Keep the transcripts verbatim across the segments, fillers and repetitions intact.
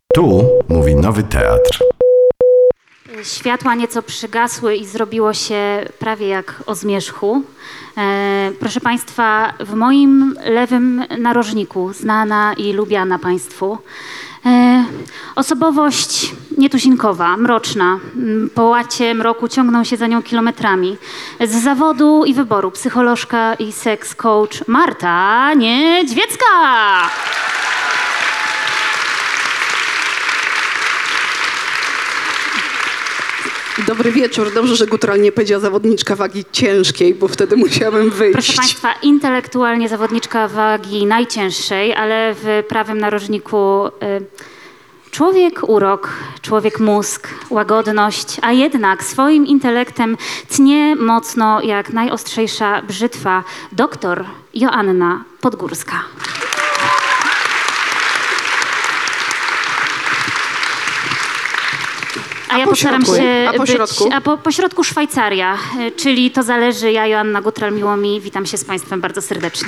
Tu mówi Nowy Teatr. Światła nieco przygasły i zrobiło się prawie jak o zmierzchu. E, proszę Państwa, w moim lewym narożniku, znana i lubiana Państwu, e, osobowość nietuzinkowa, mroczna, po łacie mroku ciągną się za nią kilometrami. Z zawodu i wyboru psycholożka i seks coach Marta Niedźwiecka. Dobry wieczór. Dobrze, że Gutral nie powiedziała zawodniczka wagi ciężkiej, bo wtedy musiałabym wyjść. Proszę Państwa, intelektualnie zawodniczka wagi najcięższej, ale w prawym narożniku y, człowiek urok, człowiek mózg, łagodność, a jednak swoim intelektem tnie mocno jak najostrzejsza brzytwa doktor Joanna Podgórska. A, a ja postaram się a po być, środku? a po, po środku Szwajcaria, czyli to zależy, ja Joanna Gutral, miło mi, witam się z Państwem bardzo serdecznie.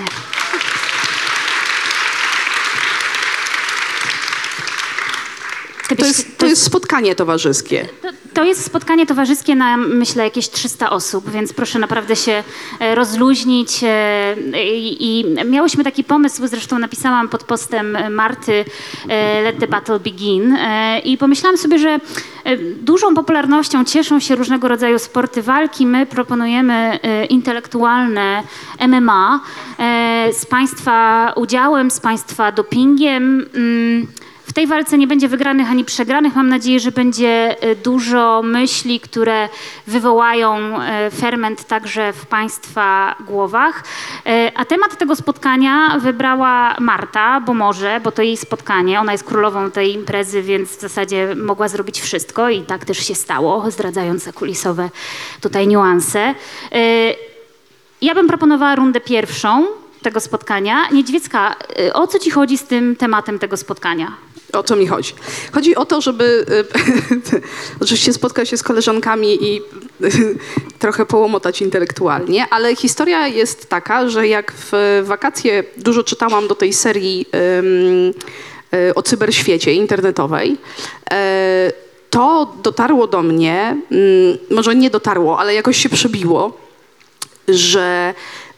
To jest, to jest spotkanie towarzyskie. To, to jest spotkanie towarzyskie na, myślę, jakieś trzysta osób, więc proszę naprawdę się e, rozluźnić. E, i, I miałyśmy taki pomysł, zresztą napisałam pod postem Marty e, Let the Battle Begin e, i pomyślałam sobie, że e, dużą popularnością cieszą się różnego rodzaju sporty walki. My proponujemy e, intelektualne M M A e, z Państwa udziałem, z Państwa dopingiem. Mm, W tej walce nie będzie wygranych ani przegranych. Mam nadzieję, że będzie dużo myśli, które wywołają ferment także w Państwa głowach. A temat tego spotkania wybrała Marta, bo może, bo to jej spotkanie. Ona jest królową tej imprezy, więc w zasadzie mogła zrobić wszystko i tak też się stało, zdradzając zakulisowe tutaj niuanse. Ja bym proponowała rundę pierwszą tego spotkania. Niedźwiecka, o co ci chodzi z tym tematem tego spotkania? O co mi chodzi? Chodzi o to, żeby oczywiście spotkać się z koleżankami i trochę połomotać intelektualnie, ale historia jest taka, że jak w wakacje dużo czytałam do tej serii um, o cyberświecie internetowej, to dotarło do mnie, um, może nie dotarło, ale jakoś się przebiło, że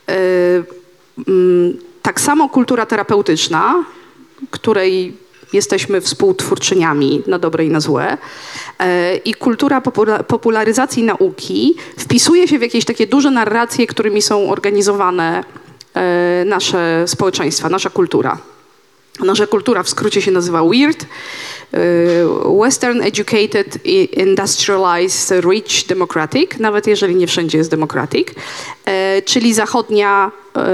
um, tak samo kultura terapeutyczna, której jesteśmy współtwórczyniami na dobre i na złe. I kultura popularyzacji nauki wpisuje się w jakieś takie duże narracje, którymi są organizowane nasze społeczeństwa, nasza kultura. Nasza kultura w skrócie się nazywa WEIRD. Western Educated, Industrialized, Rich, Democratic, nawet jeżeli nie wszędzie jest democratic, czyli zachodnia,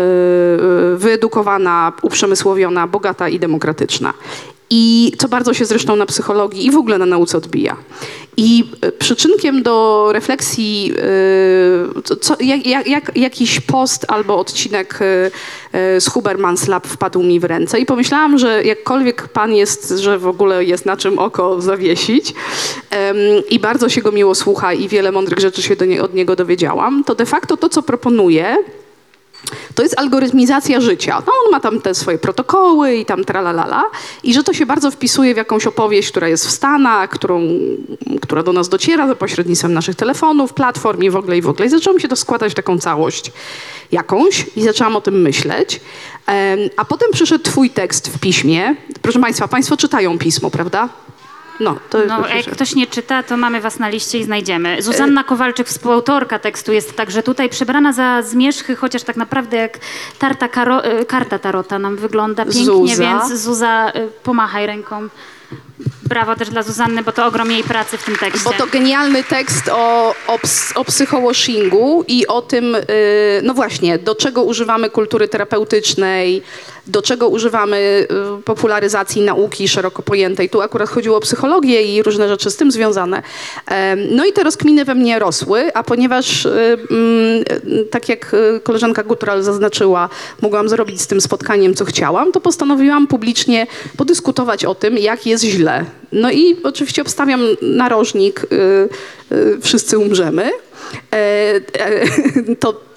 wyedukowana, uprzemysłowiona, bogata i demokratyczna. I co bardzo się zresztą na psychologii i w ogóle na nauce odbija. I przyczynkiem do refleksji, co, jak, jak, jakiś post albo odcinek z Huberman's Lab wpadł mi w ręce i pomyślałam, że jakkolwiek pan jest, że w ogóle jest na czym oko zawiesić i bardzo się go miło słucha i wiele mądrych rzeczy się do nie, od niego dowiedziałam, to de facto to, co proponuje, to jest algorytmizacja życia. No, on ma tam te swoje protokoły i tam tralalala i że to się bardzo wpisuje w jakąś opowieść, która jest w Stanach, którą, która do nas dociera za pośrednictwem naszych telefonów, platform i w ogóle i w ogóle. I zaczęło mi się to składać w taką całość jakąś i zaczęłam o tym myśleć. A potem przyszedł twój tekst w piśmie. Proszę Państwa, Państwo czytają pismo, prawda? No, to no, jak ktoś nie czyta, to mamy was na liście i znajdziemy. Zuzanna Kowalczyk, współautorka tekstu, jest także tutaj przebrana za zmierzchy, chociaż tak naprawdę jak tarta karo, karta tarota nam wygląda pięknie, Zuza. Więc Zuza, pomachaj ręką. Brawo też dla Zuzanny, bo to ogrom jej pracy w tym tekście. Bo to genialny tekst o, o, ps, o psychowashingu i o tym, yy, no właśnie, do czego używamy kultury terapeutycznej, do czego używamy yy, popularyzacji nauki szeroko pojętej. Tu akurat chodziło o psychologię i różne rzeczy z tym związane. Yy, no i te rozkminy we mnie rosły, a ponieważ, yy, yy, tak jak koleżanka Gutral zaznaczyła, mogłam zrobić z tym spotkaniem, co chciałam, to postanowiłam publicznie podyskutować o tym, jak jest źle. No i oczywiście obstawiam narożnik, yy, yy, wszyscy umrzemy. Yy, yy, to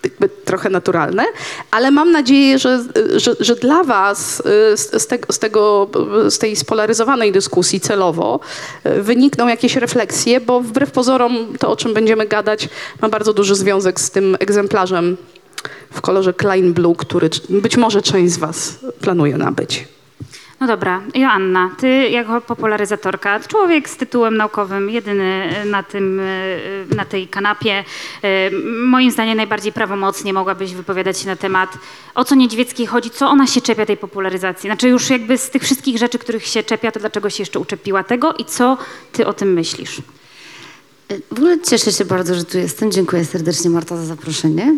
jakby trochę naturalne, ale mam nadzieję, że, że, że dla was z, z, tego, z, tego, z tej spolaryzowanej dyskusji celowo wynikną jakieś refleksje, bo wbrew pozorom to, o czym będziemy gadać, ma bardzo duży związek z tym egzemplarzem w kolorze Klein Blue, który być może część z was planuje nabyć. No dobra, Joanna, ty jako popularyzatorka, człowiek z tytułem naukowym, jedyny na, tym, na tej kanapie, moim zdaniem najbardziej prawomocnie mogłabyś wypowiadać się na temat, o co Niedźwieckiej chodzi, co ona się czepia tej popularyzacji. Znaczy już jakby z tych wszystkich rzeczy, których się czepia, to dlaczego się jeszcze uczepiła tego i co ty o tym myślisz? W ogóle cieszę się bardzo, że tu jestem. Dziękuję serdecznie, Marta, za zaproszenie.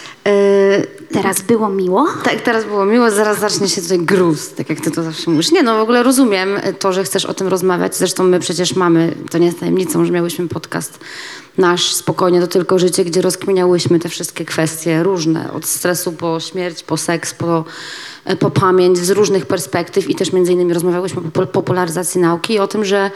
Teraz było miło? Tak, teraz było miło, zaraz zacznie się tutaj gruz, tak jak ty to zawsze mówisz. Nie, no w ogóle rozumiem to, że chcesz o tym rozmawiać. Zresztą my przecież mamy, to nie jest tajemnicą, że miałyśmy podcast nasz Spokojnie to tylko życie, gdzie rozkminiałyśmy te wszystkie kwestie różne, od stresu po śmierć, po seks, po, po pamięć, z różnych perspektyw i też między innymi rozmawiałyśmy o popularyzacji nauki i o tym, że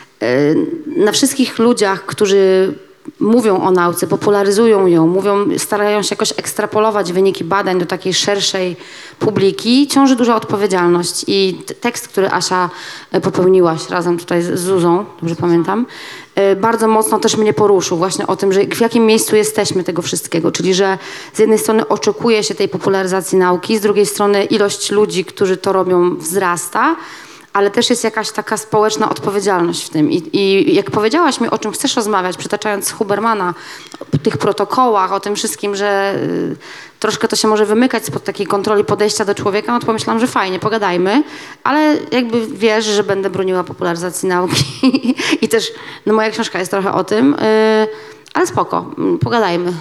na wszystkich ludziach, którzy mówią o nauce, popularyzują ją, mówią, starają się jakoś ekstrapolować wyniki badań do takiej szerszej publiki, ciąży duża odpowiedzialność. I tekst, który Asia popełniłaś razem tutaj z Zuzą, dobrze pamiętam, bardzo mocno też mnie poruszył właśnie o tym, że w jakim miejscu jesteśmy tego wszystkiego, czyli że z jednej strony oczekuje się tej popularyzacji nauki, z drugiej strony ilość ludzi, którzy to robią, wzrasta, ale też jest jakaś taka społeczna odpowiedzialność w tym. I, I jak powiedziałaś mi, o czym chcesz rozmawiać, przytaczając Hubermana, o tych protokołach, o tym wszystkim, że y, troszkę to się może wymykać spod takiej kontroli podejścia do człowieka, no to pomyślałam, że fajnie, pogadajmy, ale jakby wiesz, że będę broniła popularyzacji nauki i też, no moja książka jest trochę o tym, y, ale spoko, pogadajmy.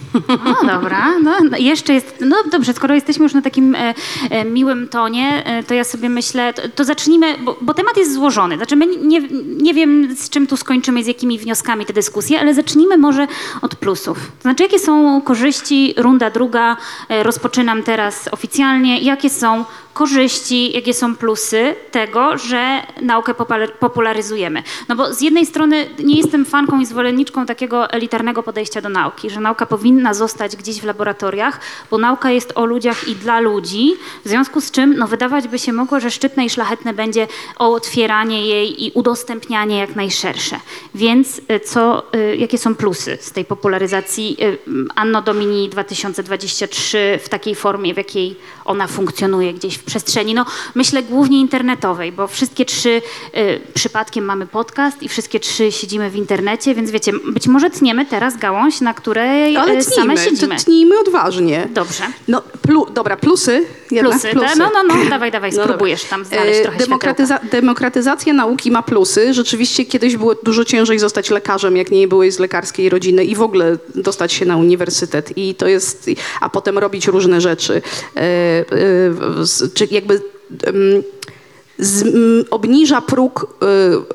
No dobra, no, no jeszcze jest, no dobrze, skoro jesteśmy już na takim e, e, miłym tonie, e, to ja sobie myślę, to, to zacznijmy, bo, bo temat jest złożony, znaczy my nie, nie wiem z czym tu skończymy, z jakimi wnioskami te dyskusje, ale zacznijmy może od plusów. To znaczy jakie są korzyści, runda druga, e, rozpoczynam teraz oficjalnie, jakie są korzyści, jakie są plusy tego, że naukę popularyzujemy. No bo z jednej strony nie jestem fanką i zwolenniczką takiego elitarnego podejścia do nauki, że nauka powinna zostać gdzieś w laboratoriach, bo nauka jest o ludziach i dla ludzi, w związku z czym no, wydawać by się mogło, że szczytne i szlachetne będzie otwieranie jej i udostępnianie jak najszersze. Więc co, jakie są plusy z tej popularyzacji Anno Domini dwa tysiące dwadzieścia trzy w takiej formie, w jakiej ona funkcjonuje gdzieś w przestrzeni, no myślę głównie internetowej, bo wszystkie trzy y, przypadkiem mamy podcast i wszystkie trzy siedzimy w internecie, więc wiecie, być może tniemy teraz gałąź, na której Ale y, same tnijmy, siedzimy. to tnijmy odważnie. Dobrze. No, plu, dobra, plusy. Jednak Plusy, plusy. Ta, no, no, no, dawaj, dawaj, No spróbujesz tam znaleźć E, trochę Demokratyza- demokratyzacja nauki ma plusy. Rzeczywiście kiedyś było dużo ciężej zostać lekarzem, jak nie byłeś z lekarskiej rodziny i w ogóle dostać się na uniwersytet. I to jest, a potem robić różne rzeczy. E, e, z, czy jakby um, z, m, obniża próg y,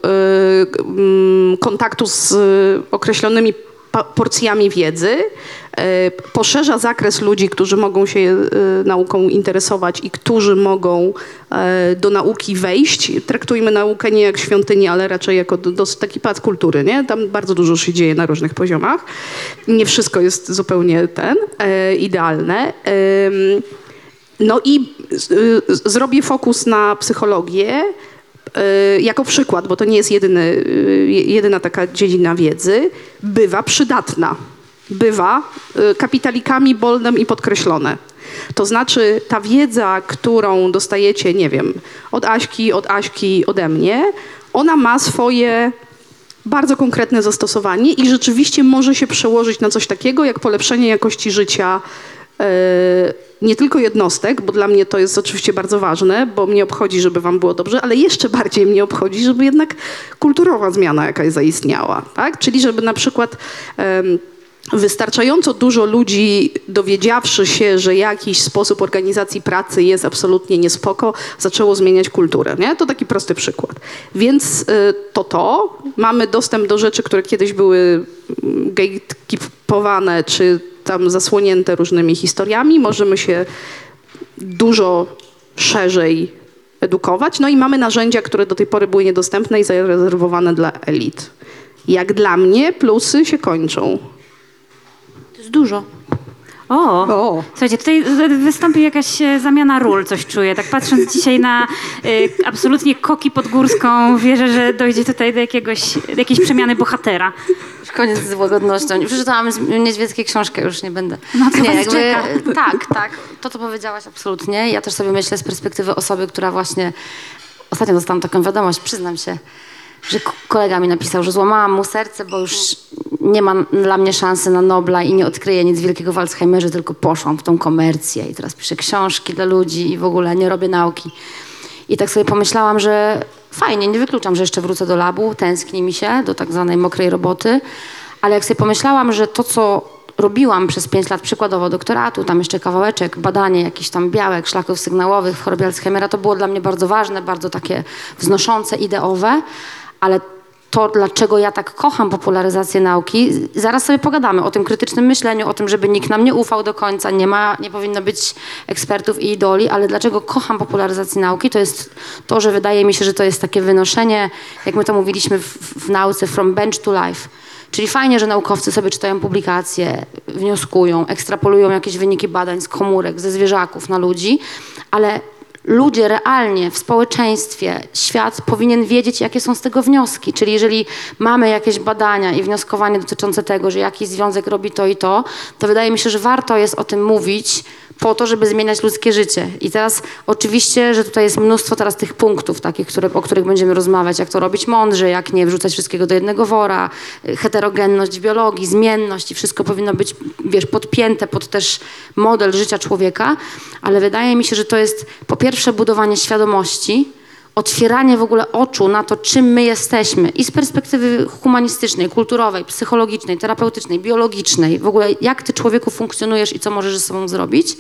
y, y, kontaktu z y, określonymi pa- porcjami wiedzy, y, poszerza zakres ludzi, którzy mogą się y, nauką interesować i którzy mogą y, do nauki wejść. Traktujmy naukę nie jak świątynię, ale raczej jako do, do, taki pałac kultury, nie? Tam bardzo dużo się dzieje na różnych poziomach. Nie wszystko jest zupełnie ten, y, idealne. Y, No i y, zrobię fokus na psychologię y, jako przykład, bo to nie jest jedyny, y, jedyna taka dziedzina wiedzy. Bywa przydatna. Bywa y, kapitalikami boldem i podkreślone. To znaczy ta wiedza, którą dostajecie, nie wiem, od Aśki, od Aśki, ode mnie, ona ma swoje bardzo konkretne zastosowanie i rzeczywiście może się przełożyć na coś takiego jak polepszenie jakości życia nie tylko jednostek, bo dla mnie to jest oczywiście bardzo ważne, bo mnie obchodzi, żeby wam było dobrze, ale jeszcze bardziej mnie obchodzi, żeby jednak kulturowa zmiana jakaś zaistniała, tak? Czyli żeby na przykład um, wystarczająco dużo ludzi, dowiedziawszy się, że jakiś sposób organizacji pracy jest absolutnie niespoko, zaczęło zmieniać kulturę, nie? To taki prosty przykład. Więc y, to to, mamy dostęp do rzeczy, które kiedyś były gatekeepowane, czy tam zasłonięte różnymi historiami, możemy się dużo szerzej edukować. No i mamy narzędzia, które do tej pory były niedostępne i zarezerwowane dla elit. Jak dla mnie plusy się kończą. To jest dużo. O, O. słuchajcie, tutaj wystąpi jakaś e, zamiana ról, coś czuję. Tak patrząc dzisiaj na e, absolutnie Koki Podgórską, wierzę, że dojdzie tutaj do, jakiegoś, do jakiejś przemiany bohatera. Już koniec z łagodnością. Przeczytałam z Niedźwieckiej książkę, już nie będę. No to nie, was czeka. Tak, tak. To, co powiedziałaś, absolutnie. Ja też sobie myślę z perspektywy osoby, która właśnie... Ostatnio dostałam taką wiadomość, przyznam się, że k- kolega mi napisał, że złamałam mu serce, bo już nie ma dla mnie szansy na Nobla i nie odkryję nic wielkiego w Alzheimerze, tylko poszłam w tą komercję i teraz piszę książki dla ludzi i w ogóle nie robię nauki. I tak sobie pomyślałam, że fajnie, nie wykluczam, że jeszcze wrócę do labu, tęskni mi się do tak zwanej mokrej roboty, ale jak sobie pomyślałam, że to, co robiłam przez pięć lat przykładowo doktoratu, tam jeszcze kawałeczek, badanie jakichś tam białek, szlaków sygnałowych w chorobie Alzheimera, to było dla mnie bardzo ważne, bardzo takie wznoszące, ideowe, ale to, dlaczego ja tak kocham popularyzację nauki, zaraz sobie pogadamy o tym krytycznym myśleniu, o tym, żeby nikt nam nie ufał do końca, nie ma, nie powinno być ekspertów i idoli, ale dlaczego kocham popularyzację nauki, to jest to, że wydaje mi się, że to jest takie wynoszenie, jak my to mówiliśmy w, w nauce, from bench to life. Czyli fajnie, że naukowcy sobie czytają publikacje, wnioskują, ekstrapolują jakieś wyniki badań z komórek, ze zwierzaków na ludzi, ale ludzie realnie w społeczeństwie, świat powinien wiedzieć, jakie są z tego wnioski. Czyli jeżeli mamy jakieś badania i wnioskowanie dotyczące tego, że jakiś związek robi to i to, to wydaje mi się, że warto jest o tym mówić po to, żeby zmieniać ludzkie życie. I teraz oczywiście, że tutaj jest mnóstwo teraz tych punktów takich, które, o których będziemy rozmawiać, jak to robić mądrze, jak nie wrzucać wszystkiego do jednego wora, heterogenność w biologii, zmienność i wszystko powinno być, wiesz, podpięte pod też model życia człowieka, ale wydaje mi się, że to jest po pierwsze budowanie świadomości, otwieranie w ogóle oczu na to, czym my jesteśmy i z perspektywy humanistycznej, kulturowej, psychologicznej, terapeutycznej, biologicznej, w ogóle jak ty człowieku funkcjonujesz i co możesz ze sobą zrobić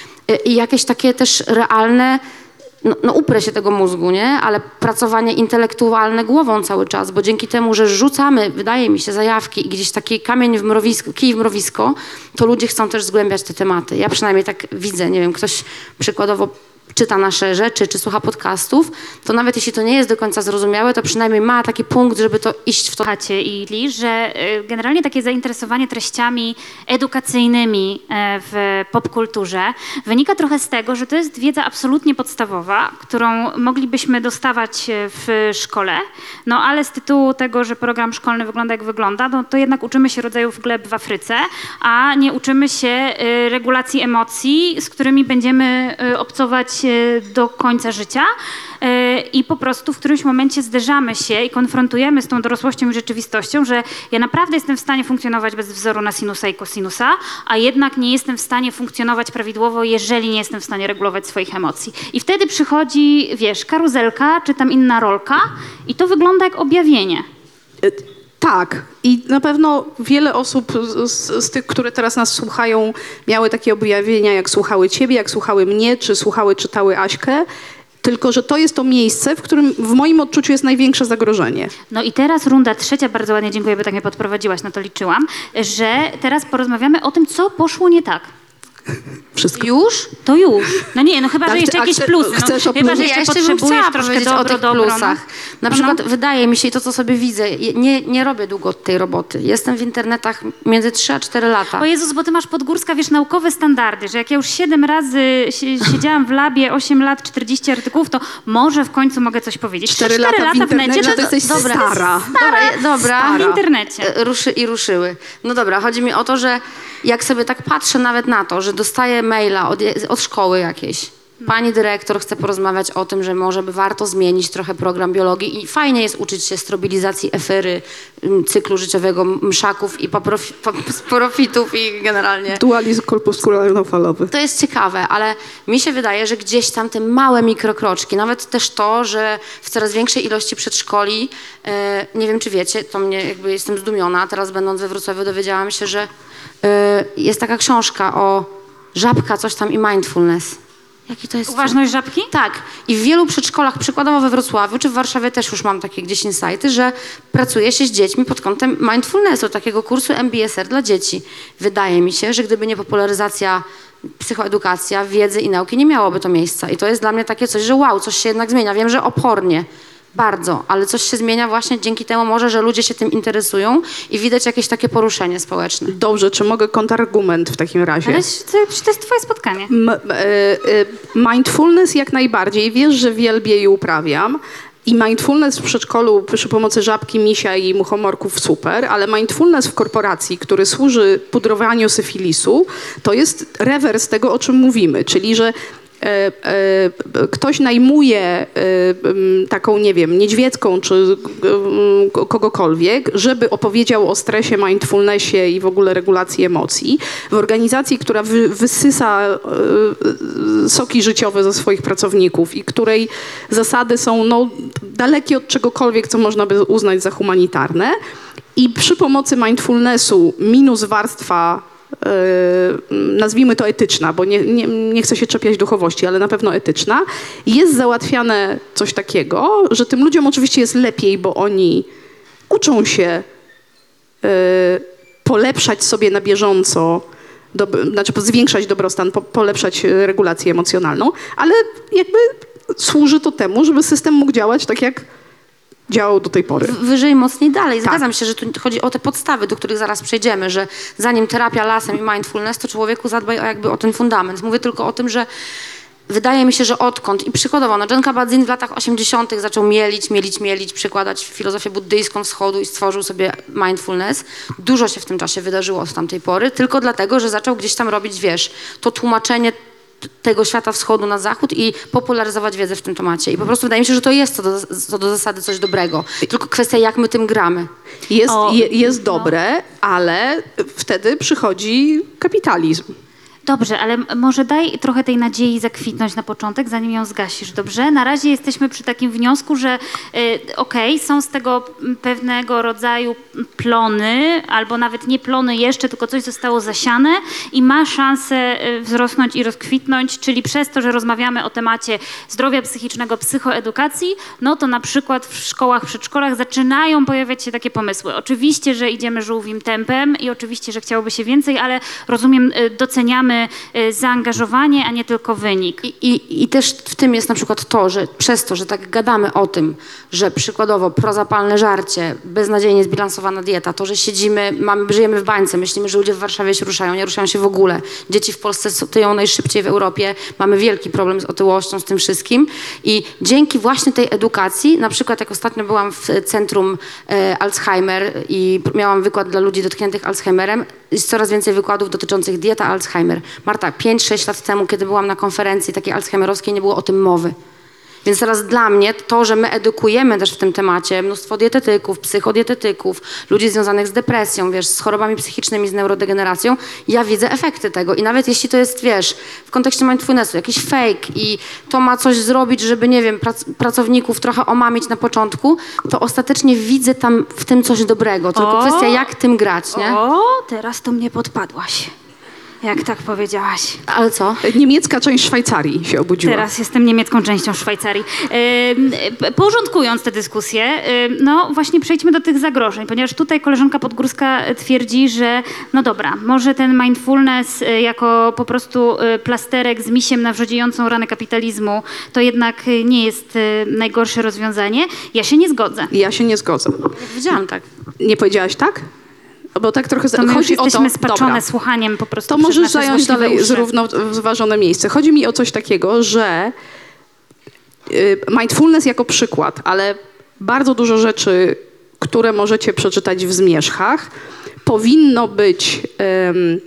i jakieś takie też realne, no, no uprę się tego mózgu, nie? Ale pracowanie intelektualne głową cały czas, bo dzięki temu, że rzucamy, wydaje mi się, zajawki i gdzieś taki kamień w mrowisko, kij w mrowisko, to ludzie chcą też zgłębiać te tematy. Ja przynajmniej tak widzę, nie wiem, ktoś przykładowo czyta nasze rzeczy, czy słucha podcastów, to nawet jeśli to nie jest do końca zrozumiałe, to przynajmniej ma taki punkt, żeby to iść w to. Słuchacie i Li, że y, generalnie takie zainteresowanie treściami edukacyjnymi y, w popkulturze wynika trochę z tego, że to jest wiedza absolutnie podstawowa, którą moglibyśmy dostawać w szkole, no ale z tytułu tego, że program szkolny wygląda jak wygląda, no to jednak uczymy się rodzajów gleb w Afryce, a nie uczymy się y, regulacji emocji, z którymi będziemy y, obcować do końca życia i po prostu w którymś momencie zderzamy się i konfrontujemy z tą dorosłością i rzeczywistością, że ja naprawdę jestem w stanie funkcjonować bez wzoru na sinusa i kosinusa, a jednak nie jestem w stanie funkcjonować prawidłowo, jeżeli nie jestem w stanie regulować swoich emocji. I wtedy przychodzi, wiesz, karuzelka czy tam inna rolka i to wygląda jak objawienie. Tak. I na pewno wiele osób z, z tych, które teraz nas słuchają, miały takie objawienia, jak słuchały ciebie, jak słuchały mnie, czy słuchały, czytały Aśkę. Tylko że to jest to miejsce, w którym w moim odczuciu jest największe zagrożenie. No i teraz runda trzecia, bardzo ładnie dziękuję, bo tak mnie podprowadziłaś, na to liczyłam, że teraz porozmawiamy o tym, co poszło nie tak. Wszystko. Już? To już. No nie, no chyba, Tak, że jeszcze a jakieś chce- plusy. chcesz No, o chyba, że plusach? jeszcze Ja jeszcze bym potrzebujesz chciała troszkę powiedzieć dobro, o tych dobro. plusach. Na No, przykład no. wydaje mi się, i to co sobie widzę, nie, nie robię długo tej roboty. Jestem w internetach między trzy a cztery lata. O Jezus, bo ty masz Podgórska, wiesz, naukowe standardy, że jak ja już siedem razy si- siedziałam w labie, osiem lat, czterdzieści artykułów, to może w końcu mogę coś powiedzieć. Cztery Cztery lata w lata w necie, internecie, to, to jesteś dobra, stara. Dobra, dobra. w internecie. E, Ruszy i ruszyły. No dobra, chodzi mi o to, że jak sobie tak patrzę nawet na to, że dostaję maila od, od szkoły jakiejś. Pani dyrektor chce porozmawiać o tym, że może by warto zmienić trochę program biologii i fajnie jest uczyć się stabilizacji efery, m, cyklu życiowego, mszaków i paprofi, pa, sporofitów i generalnie. Dualizm korpuskularno-falowy. To jest ciekawe, ale mi się wydaje, że gdzieś tam te małe mikrokroczki, nawet też to, że w coraz większej ilości przedszkoli, e, nie wiem czy wiecie, to mnie jakby jestem zdumiona, teraz będąc we Wrocławiu dowiedziałam się, że e, jest taka książka o żabka, coś tam i mindfulness. Jaki to jest? Uważność żabki? Tak. I w wielu przedszkolach, przykładowo we Wrocławiu, czy w Warszawie też już mam takie gdzieś insighty, że pracuje się z dziećmi pod kątem mindfulnessu, takiego kursu M B S R dla dzieci. Wydaje mi się, że gdyby nie popularyzacja, psychoedukacja, wiedzy i nauki, nie miałoby to miejsca. I to jest dla mnie takie coś, że wow, coś się jednak zmienia. Wiem, że opornie. Bardzo, ale coś się zmienia właśnie dzięki temu może, że ludzie się tym interesują i widać jakieś takie poruszenie społeczne. Dobrze, czy mogę kontrargument w takim razie? Ale to, to jest twoje spotkanie. M- e, e, mindfulness jak najbardziej. Wiesz, że wielbię i uprawiam. I mindfulness w przedszkolu przy pomocy żabki, misia i muchomorków super, ale mindfulness w korporacji, który służy pudrowaniu syfilisu, to jest rewers tego, o czym mówimy, czyli że E, e, ktoś najmuje e, taką, nie wiem, niedźwiecką czy e, kogokolwiek, żeby opowiedział o stresie, mindfulnessie i w ogóle regulacji emocji. W organizacji, która wy, wysysa e, soki życiowe ze swoich pracowników i której zasady są no, dalekie od czegokolwiek, co można by uznać za humanitarne. I przy pomocy mindfulnessu minus warstwa nazwijmy to etyczna, bo nie, nie, nie chcę się czepiać duchowości, ale na pewno etyczna, jest załatwiane coś takiego, że tym ludziom oczywiście jest lepiej, bo oni uczą się y, polepszać sobie na bieżąco, do, znaczy zwiększać dobrostan, po, polepszać regulację emocjonalną, ale jakby służy to temu, żeby system mógł działać tak jak działał do tej pory. Wyżej, mocniej, dalej. Tak. Zgadzam się, że tu chodzi o te podstawy, do których zaraz przejdziemy, że zanim terapia lasem i mindfulness, to człowieku zadbaj o jakby o ten fundament. Mówię tylko o tym, że wydaje mi się, że odkąd i przykładowo, no Jen Kabat-Zinn w latach osiemdziesiątych zaczął mielić, mielić, mielić, przykładać filozofię buddyjską wschodu i stworzył sobie mindfulness. Dużo się w tym czasie wydarzyło od tamtej pory, tylko dlatego, że zaczął gdzieś tam robić, wiesz, to tłumaczenie tego świata wschodu na zachód i popularyzować wiedzę w tym temacie. I po prostu wydaje mi się, że to jest co do, co do zasady coś dobrego. Tylko kwestia, jak my tym gramy. Jest, O, je, jest dobre, ale wtedy przychodzi kapitalizm. Dobrze, ale m- może daj trochę tej nadziei zakwitnąć na początek, zanim ją zgasisz, dobrze? Na razie jesteśmy przy takim wniosku, że y, okej, są z tego m, pewnego rodzaju plony, albo nawet nie plony jeszcze, tylko coś zostało zasiane i ma szansę y, wzrosnąć i rozkwitnąć, czyli przez to, że rozmawiamy o temacie zdrowia psychicznego, psychoedukacji, no to na przykład w szkołach, przedszkolach zaczynają pojawiać się takie pomysły. Oczywiście, że idziemy żółwim tempem i oczywiście, że chciałoby się więcej, ale rozumiem, y, doceniamy zaangażowanie, a nie tylko wynik. I, i, I też w tym jest na przykład to, że przez to, że tak gadamy o tym, że przykładowo prozapalne żarcie, beznadziejnie zbilansowana dieta, to, że siedzimy, mamy, żyjemy w bańce, myślimy, że ludzie w Warszawie się ruszają, nie ruszają się w ogóle. Dzieci w Polsce tyją najszybciej w Europie, mamy wielki problem z otyłością, z tym wszystkim i dzięki właśnie tej edukacji, na przykład jak ostatnio byłam w centrum e, Alzheimer i miałam wykład dla ludzi dotkniętych Alzheimerem, jest coraz więcej wykładów dotyczących dieta Alzheimer. Marta, pięć sześć lat temu, kiedy byłam na konferencji takiej alzheimerowskiej, nie było o tym mowy. Więc teraz dla mnie to, że my edukujemy też w tym temacie mnóstwo dietetyków, psychodietetyków, ludzi związanych z depresją, wiesz, z chorobami psychicznymi, z neurodegeneracją, ja widzę efekty tego. I nawet jeśli to jest, wiesz, w kontekście mindfulnessu, jakiś fake i to ma coś zrobić, żeby, nie wiem, prac pracowników trochę omamić na początku, to ostatecznie widzę tam w tym coś dobrego. Tylko O! kwestia, jak tym grać, nie? O, teraz to mnie podpadłaś. Jak tak powiedziałaś. Ale co? Niemiecka część Szwajcarii się obudziła. Teraz jestem niemiecką częścią Szwajcarii. Yy, porządkując tę dyskusję, yy, no właśnie przejdźmy do tych zagrożeń, ponieważ tutaj koleżanka Podgórska twierdzi, że no dobra, może ten mindfulness yy, jako po prostu yy, plasterek z misiem na wrzodziejącą ranę kapitalizmu to jednak yy, nie jest yy, najgorsze rozwiązanie. Ja się nie zgodzę. Ja się nie zgodzę. Wiedziałam tak. Nie powiedziałaś tak? Bo tak trochę To my chodzi już o jesteśmy to. spaczone Dobra. słuchaniem po prostu To przez możesz nasze zająć złośliwe dalej uszy. zrównoważone miejsce. Chodzi mi o coś takiego, że y, mindfulness jako przykład, ale bardzo dużo rzeczy, które możecie przeczytać w zmierzchach, powinno być ym,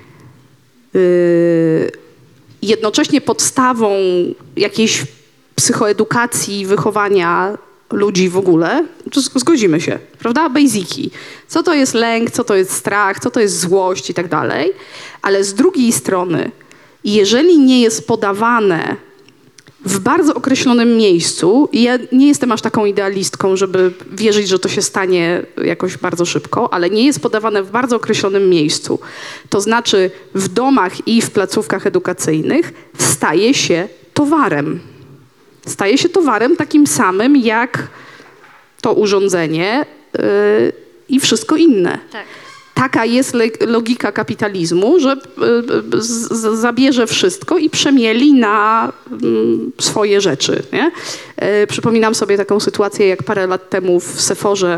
y, jednocześnie podstawą jakiejś psychoedukacji, wychowania ludzi w ogóle, to zgodzimy się, prawda? Basiki. Co to jest lęk, co to jest strach, co to jest złość i tak dalej. Ale z drugiej strony, jeżeli nie jest podawane w bardzo określonym miejscu, i ja nie jestem aż taką idealistką, żeby wierzyć, że to się stanie jakoś bardzo szybko, ale nie jest podawane w bardzo określonym miejscu, to znaczy w domach i w placówkach edukacyjnych, staje się towarem. Staje się towarem takim samym jak to urządzenie yy, i wszystko inne. Tak. taka jest le- logika kapitalizmu, że y, z, z, zabierze wszystko i przemieli na y, swoje rzeczy. Nie? Y, przypominam sobie taką sytuację, jak parę lat temu w Sephorze,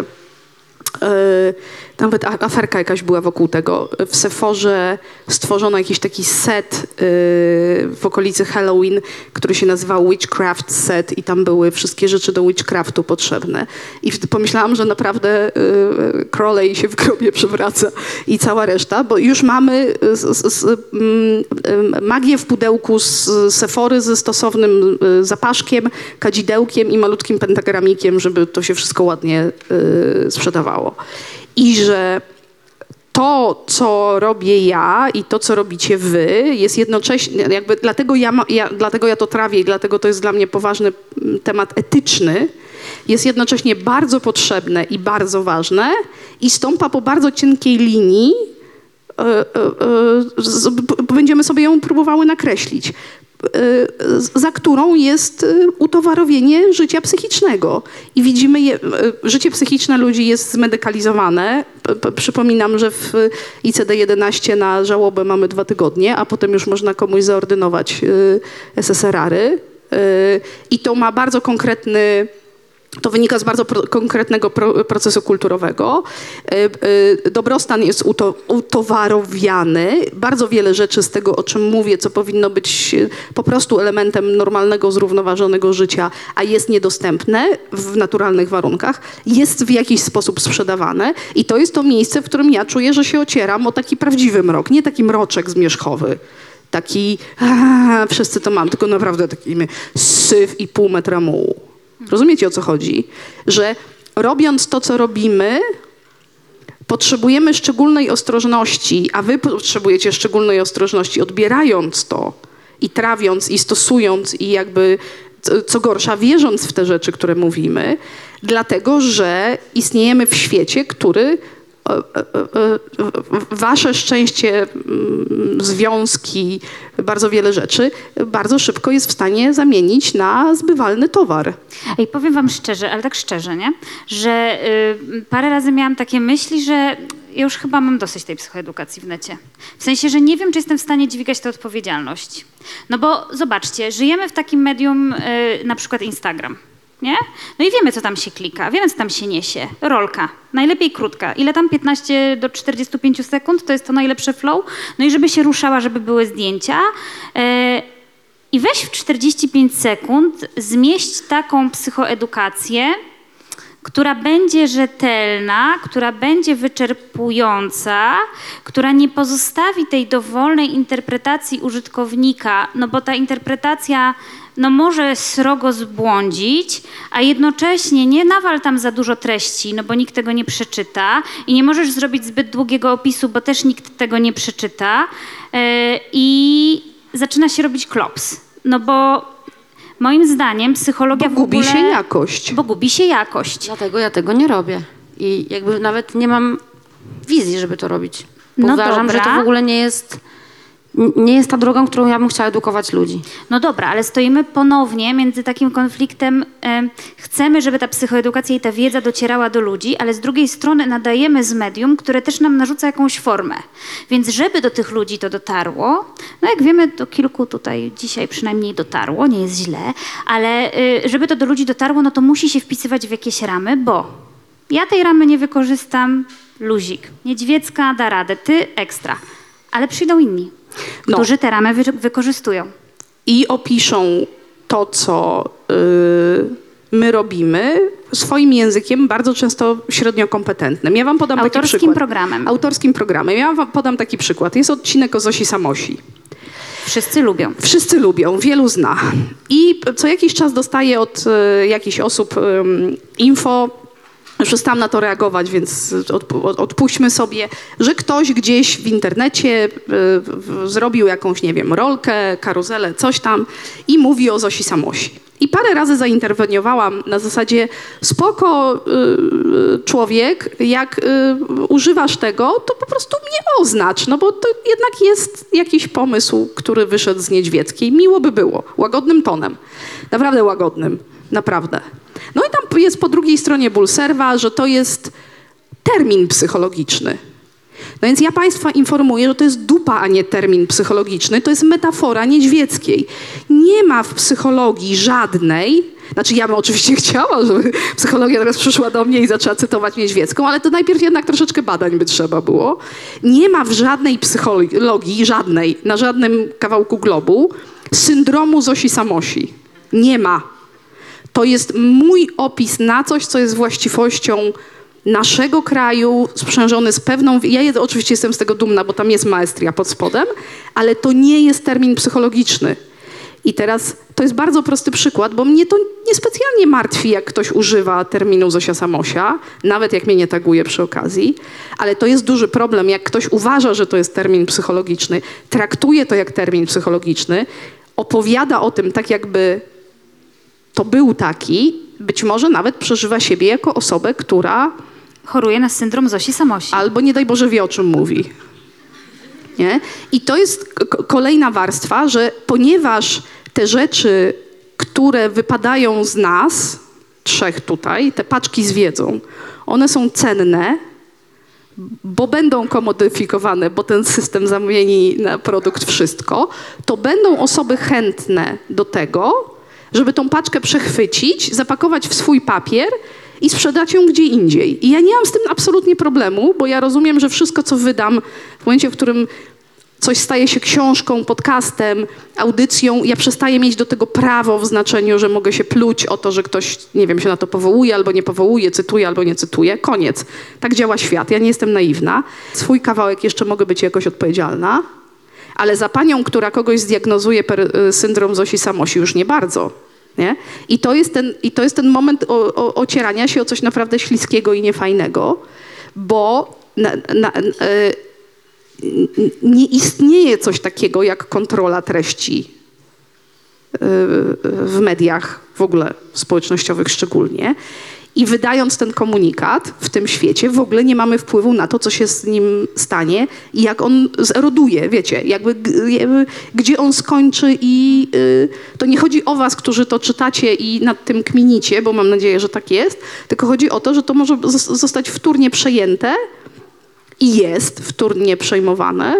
y, nawet aferka jakaś była wokół tego. W Sephorze stworzono jakiś taki set y, w okolicy Halloween, który się nazywał Witchcraft Set i tam były wszystkie rzeczy do witchcraftu potrzebne. I wtedy pomyślałam, że naprawdę y, Crowley się w grobie przewraca i cała reszta, bo już mamy z, z, z, y, magię w pudełku z Sephory ze stosownym y, zapaszkiem, kadzidełkiem i malutkim pentagramikiem, żeby to się wszystko ładnie y, sprzedawało. I że to, co robię ja i to, co robicie wy, jest jednocześnie, jakby dlatego ja, ma, ja, dlatego ja to trawię i dlatego to jest dla mnie poważny temat etyczny, jest jednocześnie bardzo potrzebne i bardzo ważne i stąpa po bardzo cienkiej linii, yy, yy, z, będziemy sobie ją próbowały nakreślić, za którą jest utowarowienie życia psychicznego. I widzimy, je, życie psychiczne ludzi jest zmedykalizowane. P- p- przypominam, że w I C D jedenaście na żałobę mamy dwa tygodnie, a potem już można komuś zaordynować S S R R-y. I to ma bardzo konkretny... To wynika z bardzo pro, konkretnego pro, procesu kulturowego. Yy, dobrostan jest uto, utowarowiany. Bardzo wiele rzeczy z tego, o czym mówię, co powinno być po prostu elementem normalnego, zrównoważonego życia, a jest niedostępne w naturalnych warunkach, jest w jakiś sposób sprzedawane. I to jest to miejsce, w którym ja czuję, że się ocieram o taki prawdziwy mrok, nie taki mroczek zmierzchowy. Taki, a, wszyscy to mam, tylko naprawdę taki syf i pół metra mułu. Rozumiecie, o co chodzi? Że robiąc to, co robimy, potrzebujemy szczególnej ostrożności, a wy potrzebujecie szczególnej ostrożności, odbierając to i trawiąc, i stosując, i jakby, co gorsza, wierząc w te rzeczy, które mówimy, dlatego, że istniejemy w świecie, który wasze szczęście, związki, bardzo wiele rzeczy bardzo szybko jest w stanie zamienić na zbywalny towar. I powiem wam szczerze, ale tak szczerze, nie? Że y, parę razy miałam takie myśli, że ja już chyba mam dosyć tej psychoedukacji w necie. W sensie, że nie wiem, czy jestem w stanie dźwigać tę odpowiedzialność. No bo zobaczcie, żyjemy w takim medium, y, na przykład Instagram. Nie? No i wiemy, co tam się klika, wiemy, co tam się niesie. Rolka, najlepiej krótka. Ile tam? piętnaście do czterdziestu pięciu sekund, to jest to najlepsze flow. No i żeby się ruszała, żeby były zdjęcia. Yy, I weź w czterdzieści pięć sekund zmieść taką psychoedukację, która będzie rzetelna, która będzie wyczerpująca, która nie pozostawi tej dowolnej interpretacji użytkownika, no bo ta interpretacja no może srogo zbłądzić, a jednocześnie nie nawal tam za dużo treści, no bo nikt tego nie przeczyta i nie możesz zrobić zbyt długiego opisu, bo też nikt tego nie przeczyta yy, i zaczyna się robić klops, no bo moim zdaniem psychologia bo w ogóle... gubi się jakość. Bo gubi się jakość. Dlatego ja tego nie robię. I jakby nawet nie mam wizji, żeby to robić. Bo No uważam, dobra. że to w ogóle nie jest, nie jest ta drogą, którą ja bym chciała edukować ludzi. No dobra, ale stoimy ponownie między takim konfliktem. E, chcemy, żeby ta psychoedukacja i ta wiedza docierała do ludzi, ale z drugiej strony nadajemy z medium, które też nam narzuca jakąś formę. Więc żeby do tych ludzi to dotarło, no jak wiemy, do kilku tutaj dzisiaj przynajmniej dotarło, nie jest źle, ale e, żeby to do ludzi dotarło, no to musi się wpisywać w jakieś ramy, bo ja tej ramy nie wykorzystam, luzik. Niedźwiecka da radę, ty ekstra. Ale przyjdą inni, No. którzy te ramy wy- wykorzystują. I opiszą to, co y, my robimy swoim językiem, bardzo często średnio kompetentnym. Ja wam podam taki Autorskim przykład. programem. Autorskim programem. Ja wam podam taki przykład. Jest odcinek o Zosi Samosi. Wszyscy lubią. Wszyscy lubią, wielu zna. I co jakiś czas dostaję od y, jakichś osób y, info, przestałam na to reagować, więc od, od, odpuśćmy sobie, że ktoś gdzieś w internecie y, y, zrobił jakąś, nie wiem, rolkę, karuzelę, coś tam i mówi o Zosi Samosi. I parę razy zainterweniowałam na zasadzie spoko y, y, człowiek, jak y, używasz tego, to po prostu mnie oznacz, no bo to jednak jest jakiś pomysł, który wyszedł z Niedźwieckiej. Miło by było, łagodnym tonem, naprawdę łagodnym, naprawdę. No i tam jest po drugiej stronie ból serwa, że to jest termin psychologiczny. No więc ja Państwa informuję, że to jest dupa, a nie termin psychologiczny, to jest metafora niedźwieckiej. Nie ma w psychologii żadnej, znaczy ja bym oczywiście chciała, żeby psychologia teraz przyszła do mnie i zaczęła cytować Niedźwiecką, ale to najpierw jednak troszeczkę badań by trzeba było. Nie ma w żadnej psychologii, żadnej, na żadnym kawałku globu syndromu Zosi Samosi. Nie ma. To jest mój opis na coś, co jest właściwością naszego kraju, sprzężony z pewną... Ja je, oczywiście jestem z tego dumna, bo tam jest maestria pod spodem, ale to nie jest termin psychologiczny. I teraz to jest bardzo prosty przykład, bo mnie to niespecjalnie martwi, jak ktoś używa terminu Zosia Samosia, nawet jak mnie nie taguje przy okazji, ale to jest duży problem, jak ktoś uważa, że to jest termin psychologiczny, traktuje to jak termin psychologiczny, opowiada o tym tak, jakby to był taki, być może nawet przeżywa siebie jako osobę, która... Choruje na syndrom Zosi Samosi. Albo nie daj Boże wie, o czym mówi. Nie? I to jest k- kolejna warstwa, że ponieważ te rzeczy, które wypadają z nas, trzech tutaj, te paczki z wiedzą, one są cenne, bo będą komodyfikowane, bo ten system zamieni na produkt wszystko, to będą osoby chętne do tego, żeby tą paczkę przechwycić, zapakować w swój papier i sprzedać ją gdzie indziej. I ja nie mam z tym absolutnie problemu, bo ja rozumiem, że wszystko, co wydam, w momencie, w którym coś staje się książką, podcastem, audycją, ja przestaję mieć do tego prawo w znaczeniu, że mogę się pluć o to, że ktoś, nie wiem, się na to powołuje albo nie powołuje, cytuje albo nie cytuje. Koniec. Tak działa świat. Ja nie jestem naiwna. Swój kawałek jeszcze mogę być jakoś odpowiedzialna, ale za panią, która kogoś zdiagnozuje per, syndrom Zosi Samosi, już nie bardzo. Nie? I, to jest ten, I to jest ten moment o, o, ocierania się o coś naprawdę śliskiego i niefajnego, bo na, na, e, nie istnieje coś takiego jak kontrola treści e, w mediach, w ogóle społecznościowych szczególnie. I wydając ten komunikat w tym świecie, w ogóle nie mamy wpływu na to, co się z nim stanie i jak on zeroduje, wiecie, jakby, jakby gdzie on skończy i y, to nie chodzi o was, którzy to czytacie i nad tym kminicie, bo mam nadzieję, że tak jest, tylko chodzi o to, że to może zostać wtórnie przejęte i jest wtórnie przejmowane.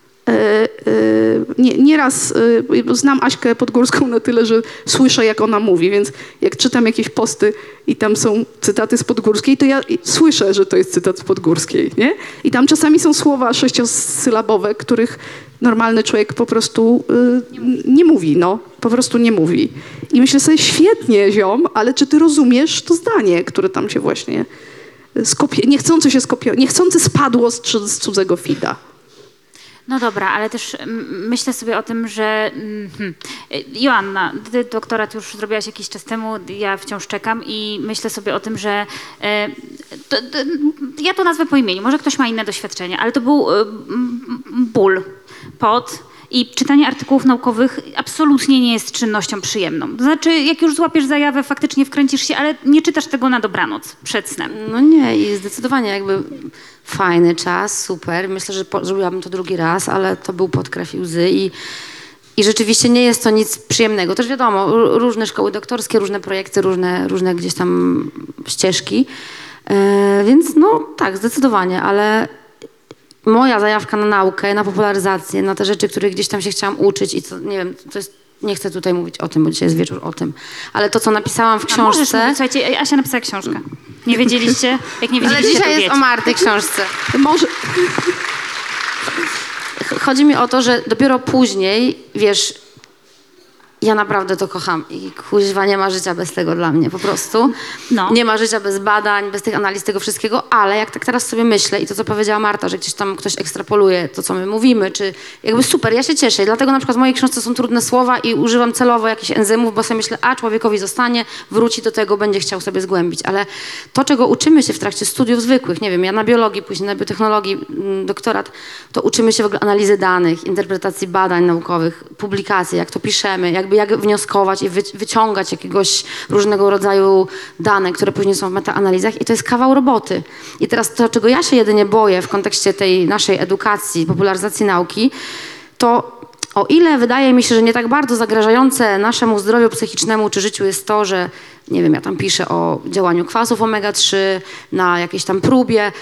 Nie, nieraz znam Aśkę Podgórską na tyle, że słyszę, jak ona mówi, więc jak czytam jakieś posty i tam są cytaty z Podgórskiej, to ja słyszę, że to jest cytat z Podgórskiej, nie? I tam czasami są słowa sześciosylabowe, których normalny człowiek po prostu y, nie mówi, no. Po prostu nie mówi. I myślę sobie, świetnie, ziom, ale czy ty rozumiesz to zdanie, które tam się właśnie skopie... niechcący się skopiowało, niechcący spadło z, z cudzego fida. No dobra, ale też myślę sobie o tym, że hmm, Joanna, ty doktorat już zrobiłaś jakiś czas temu, ja wciąż czekam i myślę sobie o tym, że e, to, to, ja to nazwę po imieniu, może ktoś ma inne doświadczenie, ale to był e, ból, pot i czytanie artykułów naukowych absolutnie nie jest czynnością przyjemną. To znaczy, jak już złapiesz zajawę, faktycznie wkręcisz się, ale nie czytasz tego na dobranoc, przed snem. No nie, i zdecydowanie jakby fajny czas, super. Myślę, że po, zrobiłabym to drugi raz, ale to był pot, krew i łzy i, i rzeczywiście nie jest to nic przyjemnego. Też wiadomo, różne szkoły doktorskie, różne projekty, różne, różne gdzieś tam ścieżki. Yy, więc no tak, zdecydowanie, ale moja zajawka na naukę, na popularyzację, na te rzeczy, których gdzieś tam się chciałam uczyć i to, nie wiem, to jest, nie chcę tutaj mówić o tym, bo dzisiaj jest wieczór o tym, ale to, co napisałam w książce... Mówić. Słuchajcie, Asia napisała książkę. Nie wiedzieliście? Jak nie wiedzieliście, ale dzisiaj to jest wiecie. o Marty książce. Może... Chodzi mi o to, że dopiero później, wiesz, ja naprawdę to kocham i kuźwa, nie ma życia bez tego dla mnie po prostu. No. Nie ma życia bez badań, bez tych analiz, tego wszystkiego, ale jak tak teraz sobie myślę i to, co powiedziała Marta, że gdzieś tam ktoś ekstrapoluje to, co my mówimy, czy jakby super, ja się cieszę i dlatego na przykład w mojej książce są trudne słowa i używam celowo jakichś enzymów, bo sobie myślę, a człowiekowi zostanie, wróci do tego, będzie chciał sobie zgłębić, ale to, czego uczymy się w trakcie studiów zwykłych, nie wiem, ja na biologii, później na biotechnologii, doktorat, to uczymy się w ogóle analizy danych, interpretacji badań naukowych, publikacji, jak to piszemy, jakby jak wnioskować i wyciągać jakiegoś różnego rodzaju dane, które później są w metaanalizach i to jest kawał roboty. I teraz to, czego ja się jedynie boję w kontekście tej naszej edukacji, popularyzacji nauki, to o ile wydaje mi się, że nie tak bardzo zagrażające naszemu zdrowiu psychicznemu czy życiu jest to, że nie wiem, ja tam piszę o działaniu kwasów omega trzy na jakiejś tam próbie,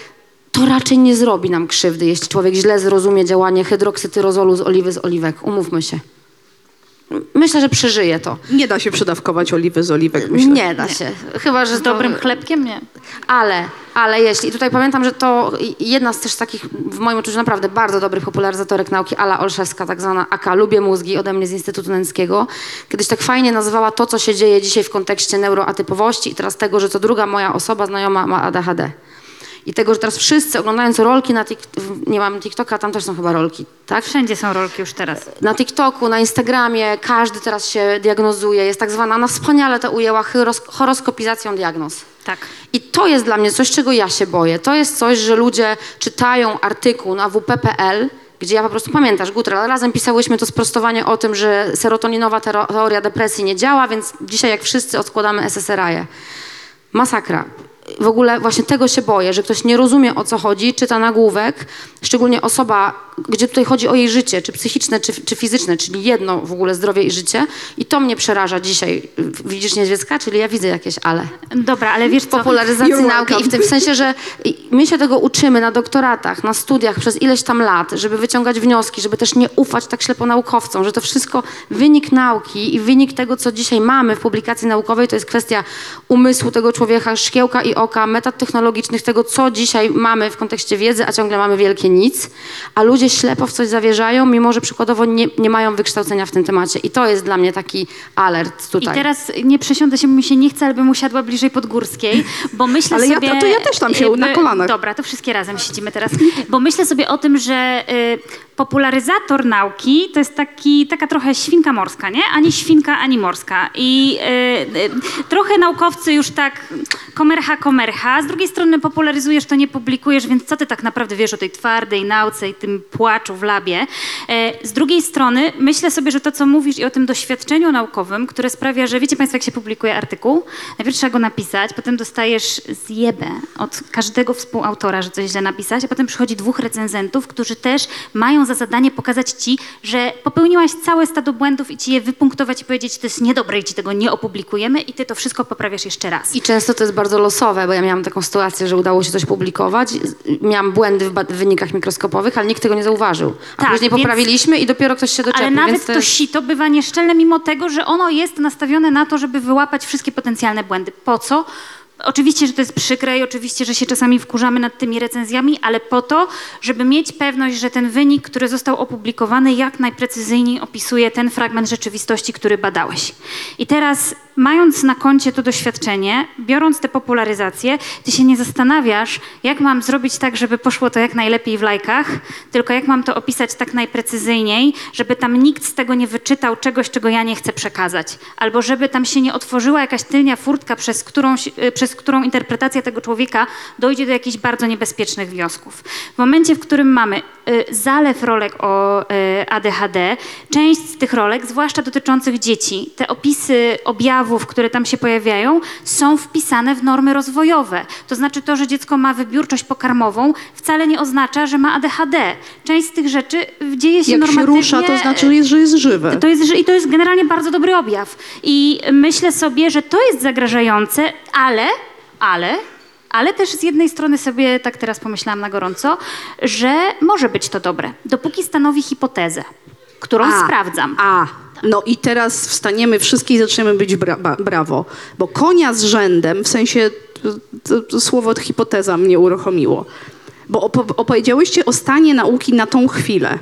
to raczej nie zrobi nam krzywdy, jeśli człowiek źle zrozumie działanie hydroksytyrozolu z oliwy z oliwek. Umówmy się. Myślę, że przeżyje to. Nie da się przedawkować oliwy z oliwek, myślę. Nie da się. Chyba, że Z dobrym chlebkiem nie. Ale, ale jeśli, i tutaj pamiętam, że to jedna z też takich, w moim odczuciu naprawdę bardzo dobrych popularyzatorek nauki, Ala Olszewska, tak zwana A K, Lubię mózgi, ode mnie z Instytutu Nęckiego, kiedyś tak fajnie nazywała to, co się dzieje dzisiaj w kontekście neuroatypowości i teraz tego, że co druga moja osoba znajoma ma A D H D. I tego, że teraz wszyscy oglądając rolki na TikToku, nie mam TikToka, tam też są chyba rolki, tak? Wszędzie są rolki już teraz. Na TikToku, na Instagramie, każdy teraz się diagnozuje. Jest tak zwana, ona wspaniale to ujęła, hyros- horoskopizacją diagnoz. Tak. I to jest dla mnie coś, czego ja się boję. To jest coś, że ludzie czytają artykuł na w p kropka p l, gdzie ja po prostu, pamiętasz, Gutra, razem pisałyśmy to sprostowanie o tym, że serotoninowa tero- teoria depresji nie działa, więc dzisiaj jak wszyscy odkładamy S S R I-e. Masakra. W ogóle właśnie tego się boję, że ktoś nie rozumie, o co chodzi, czyta nagłówek, szczególnie osoba, gdzie tutaj chodzi o jej życie, czy psychiczne, czy, czy fizyczne, czyli jedno w ogóle zdrowie i życie. I to mnie przeraża dzisiaj. Widzisz Niedźwiecka? Czyli ja widzę jakieś ale. Dobra, ale wiesz co? Popularyzacji You're nauki i w tym sensie, że my się tego uczymy na doktoratach, na studiach przez ileś tam lat, żeby wyciągać wnioski, żeby też nie ufać tak ślepo naukowcom, że to wszystko wynik nauki i wynik tego, co dzisiaj mamy w publikacji naukowej, to jest kwestia umysłu tego człowieka, szkiełka i oka, metod technologicznych, tego, co dzisiaj mamy w kontekście wiedzy, a ciągle mamy wielkie nic, a ludzie ślepo w coś zawierzają, mimo że przykładowo nie, nie mają wykształcenia w tym temacie. I to jest dla mnie taki alert tutaj. I teraz nie przesiądę się, bo mi się nie chce, ale bym usiadła bliżej Podgórskiej, bo myślę Ale ja- sobie... to ja też tam się na kolanach. Dobra, to wszystkie razem siedzimy teraz. Bo myślę sobie o tym, że y, popularyzator nauki to jest taki, taka trochę świnka morska, nie? Ani świnka, ani morska. I y, y, trochę naukowcy już tak komercha, komercha. Z drugiej strony popularyzujesz, to nie publikujesz, więc co ty tak naprawdę wiesz o tej twardej nauce i tym płaczu w labie? Y, z drugiej strony myślę sobie, że to, co mówisz i o tym doświadczeniu naukowym, które sprawia, że wiecie państwo, jak się publikuje artykuł? Najpierw trzeba go napisać, potem dostajesz zjebę od każdego współautora, że coś źle napisać, a potem przychodzi dwóch recenzentów, którzy też mają za zadanie pokazać ci, że popełniłaś całe stado błędów i ci je wypunktować i powiedzieć, to jest niedobre i ci tego nie opublikujemy i ty to wszystko poprawiasz jeszcze raz. I często to jest bardzo losowe, bo ja miałam taką sytuację, że udało się coś publikować, miałam błędy w, ba- w wynikach mikroskopowych, ale nikt tego nie zauważył. A Tak, później więc- poprawiliśmy i dopiero ktoś się doczepił. Ale nawet więc to to jest... sito bywa nieszczelne mimo tego, że ono jest nastawione na to, żeby wyłapać wszystkie potencjalne błędy. Po co? Oczywiście, że to jest przykre i oczywiście, że się czasami wkurzamy nad tymi recenzjami, ale po to, żeby mieć pewność, że ten wynik, który został opublikowany, jak najprecyzyjniej opisuje ten fragment rzeczywistości, który badałeś. I teraz, mając na koncie to doświadczenie, biorąc tę popularyzację, ty się nie zastanawiasz, jak mam zrobić tak, żeby poszło to jak najlepiej w lajkach, tylko jak mam to opisać tak najprecyzyjniej, żeby tam nikt z tego nie wyczytał czegoś, czego ja nie chcę przekazać. Albo żeby tam się nie otworzyła jakaś tylnia furtka, przez którą, przez którą interpretacja tego człowieka dojdzie do jakichś bardzo niebezpiecznych wniosków. W momencie, w którym mamy y, zalew rolek o y, A D H D, część z tych rolek, zwłaszcza dotyczących dzieci, te opisy objawów, które tam się pojawiają, są wpisane w normy rozwojowe. To znaczy to, że dziecko ma wybiórczość pokarmową, wcale nie oznacza, że ma A D H D. Część z tych rzeczy dzieje się Jak się normatywnie. rusza, to znaczy, że jest żywe. To jest, że- I to jest generalnie bardzo dobry objaw. I myślę sobie, że to jest zagrażające, ale, ale, ale też z jednej strony sobie tak teraz pomyślałam na gorąco, że może być to dobre, dopóki stanowi hipotezę, którą A, sprawdzam. A, no i teraz wstaniemy wszystkie i zaczniemy być bra- ba- brawo. Bo konia z rzędem, w sensie to, to słowo hipoteza mnie uruchomiło. Bo opo- opowiedziałyście o stanie nauki na tą chwilę.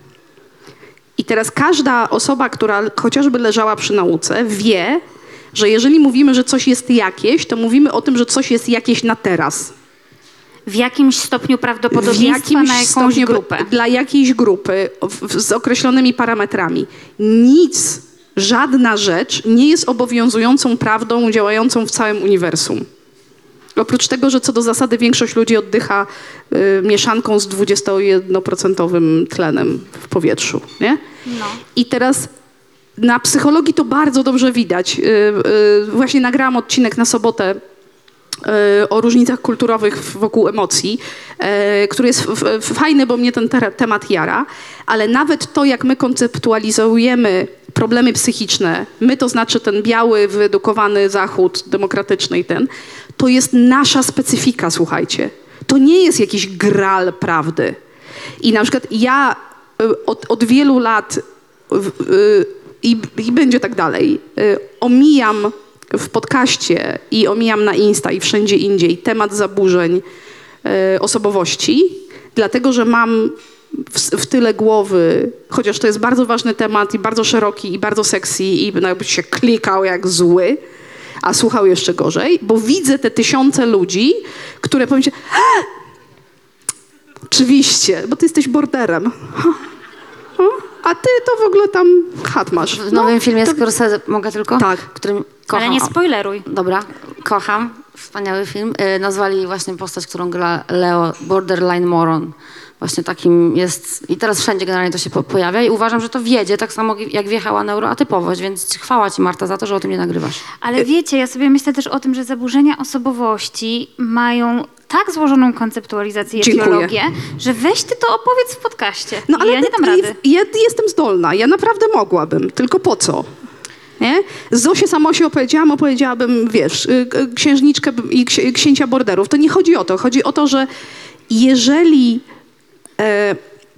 I teraz każda osoba, która chociażby leżała przy nauce, wie, że jeżeli mówimy, że coś jest jakieś, to mówimy o tym, że coś jest jakieś na teraz. W jakimś stopniu W prawdopodobieństwa jakimś na jakąś stopniu grupę. Dla jakiejś grupy w, w, z określonymi parametrami. Nic, żadna rzecz nie jest obowiązującą prawdą działającą w całym uniwersum. Oprócz tego, że co do zasady większość ludzi oddycha y, mieszanką z dwudziestojednoprocentowym tlenem w powietrzu, nie? No. I teraz na psychologii to bardzo dobrze widać. Y, y, właśnie nagrałam odcinek na sobotę y, o różnicach kulturowych wokół emocji, y, który jest f- f- fajny, bo mnie ten te- temat jara, ale nawet to, jak my konceptualizujemy problemy psychiczne, my to znaczy ten biały, wyedukowany Zachód, demokratyczny i ten, to jest nasza specyfika, słuchajcie. to nie jest jakiś gral prawdy. I na przykład ja y, od, od wielu lat y, y, i, i będzie tak dalej, y, omijam w podcaście i omijam na Insta i wszędzie indziej temat zaburzeń y, osobowości, dlatego że mam w, w tyle głowy, chociaż to jest bardzo ważny temat i bardzo szeroki i bardzo sexy i jakby się klikał jak zły, a słuchał jeszcze gorzej, bo widzę te tysiące ludzi, które powiem się, oczywiście, bo ty jesteś borderem. A ty to w ogóle tam chat masz. W nowym no, filmie to... Scorsese, mogę tylko? Tak. Którym kocham. Ale nie spoileruj. Dobra, kocham. Wspaniały film. Yy, nazwali właśnie postać, którą gra Leo, Borderline Moron. Właśnie takim jest, i teraz wszędzie generalnie to się po, pojawia i uważam, że to wiedzie, tak samo jak wjechała neuroatypowość, więc chwała ci, Marta, za to, że o tym nie nagrywasz. Ale wiecie, ja sobie myślę też o tym, że zaburzenia osobowości mają tak złożoną konceptualizację i Dziękuję. etiologię, że weź ty to opowiedz w podcaście. No, ale I ja nie dam ja, rady. ja jestem zdolna, ja naprawdę mogłabym, tylko po co? Nie? Zosie Samosie opowiedziałam, opowiedziałabym, wiesz, księżniczkę i ksi- księcia borderów. To nie chodzi o to. Chodzi o to, że jeżeli e,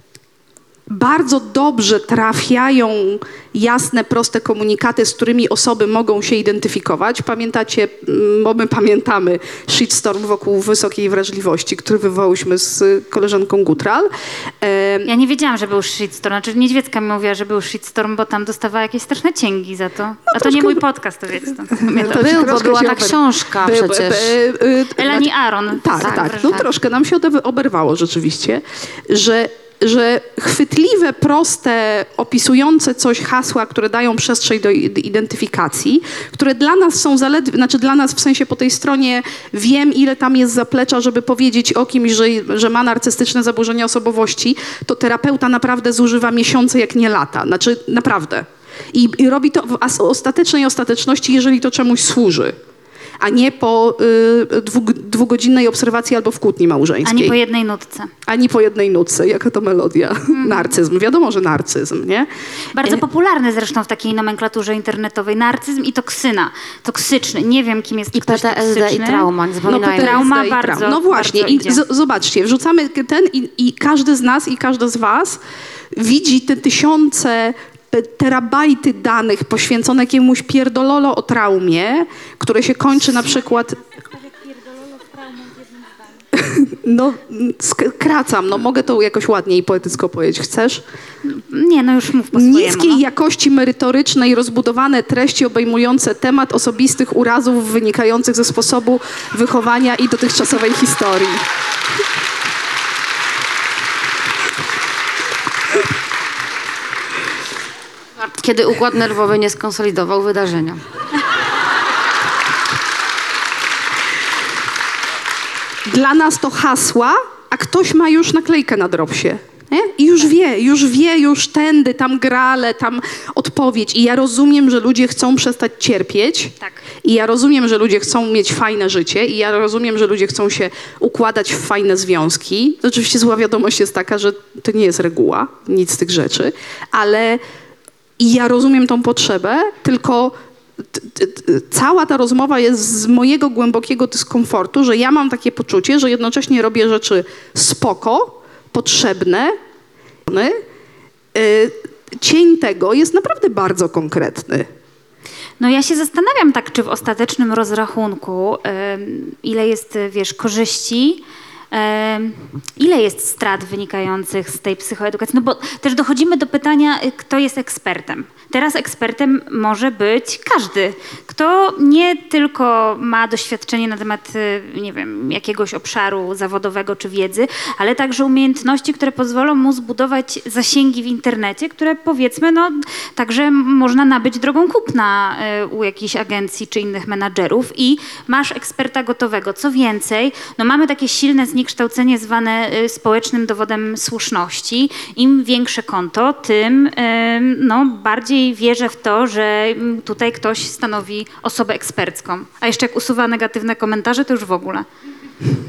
bardzo dobrze trafiają jasne, proste komunikaty, z którymi osoby mogą się identyfikować. Pamiętacie, bo my pamiętamy shitstorm wokół wysokiej wrażliwości, który wywołałyśmy z koleżanką Gutral. E, Ja nie wiedziałam, że był shitstorm. Znaczy Niedźwiecka mi mówiła, że był shitstorm, bo tam dostawała jakieś straszne cięgi za to. A to troszkę- nie mój podcast, to wiecie. To. to Był, bo troszkę była się ta ober- książka by- by- przecież. by- y, Elani Aron. Tak, Tak, tak. No tak. troszkę nam się ode- oberwało rzeczywiście, że, że chwytliwe, proste, opisujące coś hasła, które dają przestrzeń do i- identyfikacji, które dla nas są zaledwie, znaczy dla nas w sensie po tej stronie wiem, ile tam jest zaplecza, żeby powiedzieć o kimś, że, że ma narcystyczne zaburzenia osobowości, to terapeuta naprawdę zużywa miesiące, jak nie lata. Znaczy naprawdę. I, i robi to w as- ostatecznej ostateczności, jeżeli to czemuś służy. A nie po y, dwu, dwugodzinnej obserwacji albo w kłótni małżeńskiej. Ani po jednej nutce. Ani po jednej nutce. Jaka to melodia. Narcyzm. Wiadomo, że narcyzm, nie? Bardzo E, popularny zresztą w takiej nomenklaturze internetowej. Narcyzm i toksyna. Toksyczny. Nie wiem, kim jest I ktoś P T S D i toksyczny. trauma, nie No, zapominajmy. P T S D Trauma i bardzo, trauma. No właśnie. bardzo I idzie. z, zobaczcie, wrzucamy ten i, i każdy z nas i każda z was widzi te tysiące terabajty danych poświęcone jakiemuś pierdololo o traumie, które się kończy na przykład... No, skracam, no mogę to jakoś ładniej i poetycko powiedzieć. Chcesz? Nie, no już mów po swojemu. Niskiej no. jakości merytorycznej, rozbudowane treści obejmujące temat osobistych urazów wynikających ze sposobu wychowania i dotychczasowej historii. Kiedy układ nerwowy nie skonsolidował wydarzenia. Dla nas to hasła, a ktoś ma już naklejkę na dropsie. Nie? I już wie, już wie, już tędy, tam grale, tam odpowiedź. I ja rozumiem, że ludzie chcą przestać cierpieć. Tak. I ja rozumiem, że ludzie chcą mieć fajne życie. I ja rozumiem, że ludzie chcą się układać w fajne związki. Oczywiście zła wiadomość jest taka, że to nie jest reguła, nic z tych rzeczy. Ale i ja rozumiem tą potrzebę, tylko t, t, t, cała ta rozmowa jest z mojego głębokiego dyskomfortu, że ja mam takie poczucie, że jednocześnie robię rzeczy spoko, potrzebne. Y, cień tego jest naprawdę bardzo konkretny. No ja się zastanawiam tak, czy w ostatecznym rozrachunku, ym, ile jest, wiesz, korzyści, ym, ile jest strat wynikających z tej psychoedukacji. No bo też dochodzimy do pytania, y, kto jest ekspertem. Teraz ekspertem może być każdy, kto nie tylko ma doświadczenie na temat, y, nie wiem, jakiegoś obszaru zawodowego czy wiedzy, ale także umiejętności, które pozwolą mu zbudować zasięgi w internecie, które powiedzmy, no także można nabyć drogą kupna y, u jakichś agencji czy innych menadżerów i masz eksperta gotowego. Co więcej, no mamy takie silne zniekształcenie zwane y, społecznym dowodem słuszności. Im większe konto, tym y, no, bardziej wierzę w to, że y, tutaj ktoś stanowi osobę ekspercką. A jeszcze jak usuwa negatywne komentarze, to już w ogóle.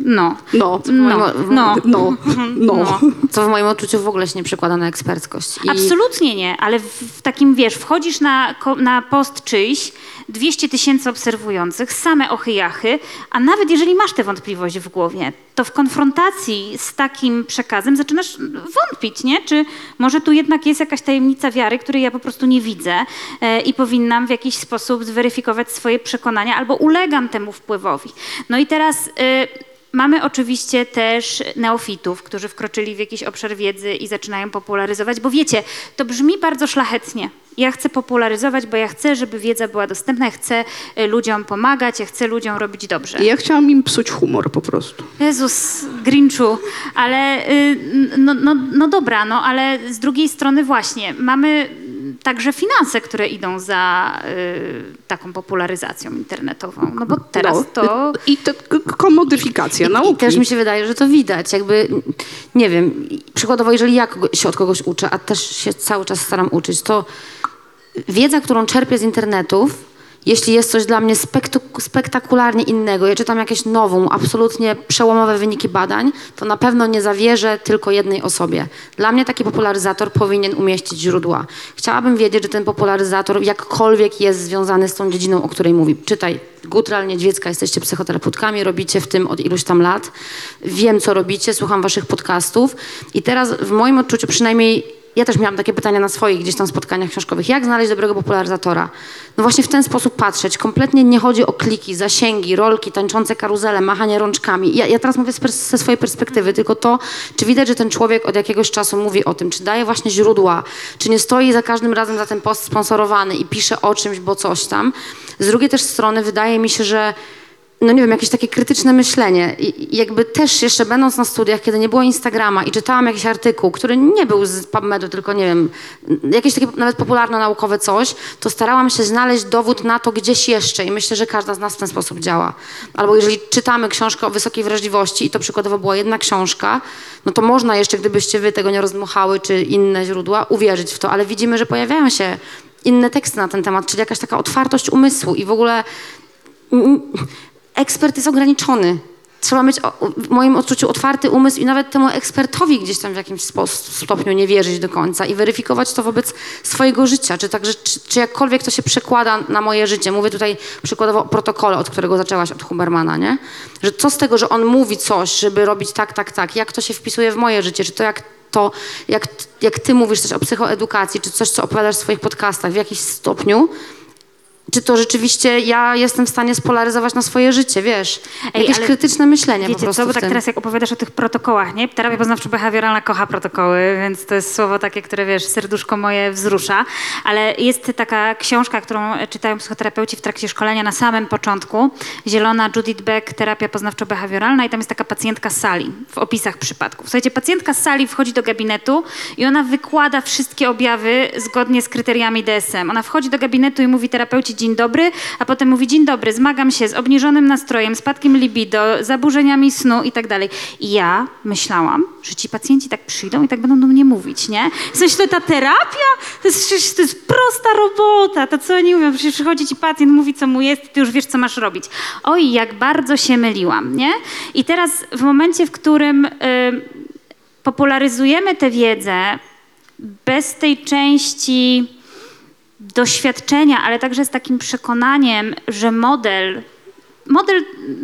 No. No, No. No. no, no. No. Co w moim odczuciu w ogóle się nie przekłada na eksperckość. I Absolutnie nie, ale w, w takim, wiesz, wchodzisz na, ko- na post czyjś, dwieście tysięcy obserwujących, same ochyjachy, a nawet jeżeli masz tę wątpliwość w głowie, to w konfrontacji z takim przekazem zaczynasz wątpić, nie? Czy może tu jednak jest jakaś tajemnica wiary, której ja po prostu nie widzę e, i powinnam w jakiś sposób zweryfikować swoje przekonania albo ulegam temu wpływowi. No i teraz... E, Mamy oczywiście też neofitów, którzy wkroczyli w jakiś obszar wiedzy i zaczynają popularyzować, bo wiecie, to brzmi bardzo szlachetnie. Ja chcę popularyzować, bo ja chcę, żeby wiedza była dostępna, ja chcę y, ludziom pomagać, ja chcę ludziom robić dobrze. Ja chciałam im psuć humor po prostu. Jezus, Grinchu, ale y, no, no, no dobra, no ale z drugiej strony właśnie mamy także finanse, które idą za y, taką popularyzacją internetową, no bo teraz No, to... I to k- komodyfikacja I, nauki. I też mi się wydaje, że to widać. Jakby, nie wiem, przykładowo, jeżeli ja kogo- się od kogoś uczę, a też się cały czas staram uczyć, to wiedza, którą czerpię z internetów, jeśli jest coś dla mnie spektu- spektakularnie innego, ja czytam jakieś nową, absolutnie przełomowe wyniki badań, to na pewno nie zawierzę tylko jednej osobie. Dla mnie taki popularyzator powinien umieścić źródła. Chciałabym wiedzieć, że ten popularyzator jakkolwiek jest związany z tą dziedziną, o której mówi. Czytaj, Gutral, Niedźwiecka, jesteście psychoterapeutkami, robicie w tym od iluś tam lat. Wiem, co robicie, słucham waszych podcastów i teraz w moim odczuciu przynajmniej ja też miałam takie pytania na swoich gdzieś tam spotkaniach książkowych. Jak znaleźć dobrego popularyzatora? No właśnie w ten sposób patrzeć. Kompletnie nie chodzi o kliki, zasięgi, rolki, tańczące karuzele, machanie rączkami. Ja, ja teraz mówię z pers- ze swojej perspektywy, tylko to, czy widać, że ten człowiek od jakiegoś czasu mówi o tym, czy daje właśnie źródła, czy nie stoi za każdym razem za ten post sponsorowany i pisze o czymś, bo coś tam. Z drugiej też strony wydaje mi się, że no nie wiem, jakieś takie krytyczne myślenie. I jakby też jeszcze będąc na studiach, kiedy nie było Instagrama i czytałam jakiś artykuł, który nie był z PubMedu, tylko nie wiem, jakieś takie nawet popularno-naukowe coś, to starałam się znaleźć dowód na to gdzieś jeszcze i myślę, że każda z nas w ten sposób działa. Albo jeżeli czytamy książkę o wysokiej wrażliwości i to przykładowo była jedna książka, no to można jeszcze, gdybyście wy tego nie rozdmuchały, czy inne źródła, uwierzyć w to, ale widzimy, że pojawiają się inne teksty na ten temat, czyli jakaś taka otwartość umysłu i w ogóle... Ekspert jest ograniczony. Trzeba mieć, w moim odczuciu, otwarty umysł i nawet temu ekspertowi gdzieś tam w jakimś stopniu nie wierzyć do końca i weryfikować to wobec swojego życia, czy, także, czy, czy jakkolwiek to się przekłada na moje życie. Mówię tutaj przykładowo o protokole, od którego zaczęłaś, od Hubermana, nie? Że co z tego, że on mówi coś, żeby robić tak, tak, tak, jak to się wpisuje w moje życie, czy to jak to, jak, jak ty mówisz coś o psychoedukacji, czy coś, co opowiadasz w swoich podcastach w jakiś stopniu, czy to rzeczywiście ja jestem w stanie spolaryzować na swoje życie, wiesz? Ej, Jakieś ale krytyczne myślenie po wiecie prostu co, bo w tak tym. teraz jak opowiadasz o tych protokołach, nie? Terapia poznawczo-behawioralna kocha protokoły, więc to jest słowo takie, które, wiesz, serduszko moje wzrusza, ale jest taka książka, którą czytają psychoterapeuci w trakcie szkolenia na samym początku, Zielona, Judith Beck, Terapia poznawczo-behawioralna i tam jest taka pacjentka z sali w opisach przypadków. Słuchajcie, pacjentka z sali wchodzi do gabinetu i ona wykłada wszystkie objawy zgodnie z kryteriami D S M. Ona wchodzi do gabinetu i mówi terapeuci dzień dobry, a potem mówi dzień dobry, zmagam się z obniżonym nastrojem, spadkiem libido, zaburzeniami snu i tak dalej. I ja myślałam, że ci pacjenci tak przyjdą i tak będą do mnie mówić, nie? W sensie, to ta terapia? To jest, przecież to jest prosta robota. To co oni mówią? Przecież przychodzi ci pacjent, mówi co mu jest, ty już wiesz, co masz robić. Oj, jak bardzo się myliłam, nie? I teraz w momencie, w którym y, popularyzujemy tę wiedzę bez tej części doświadczenia, ale także z takim przekonaniem, że model, model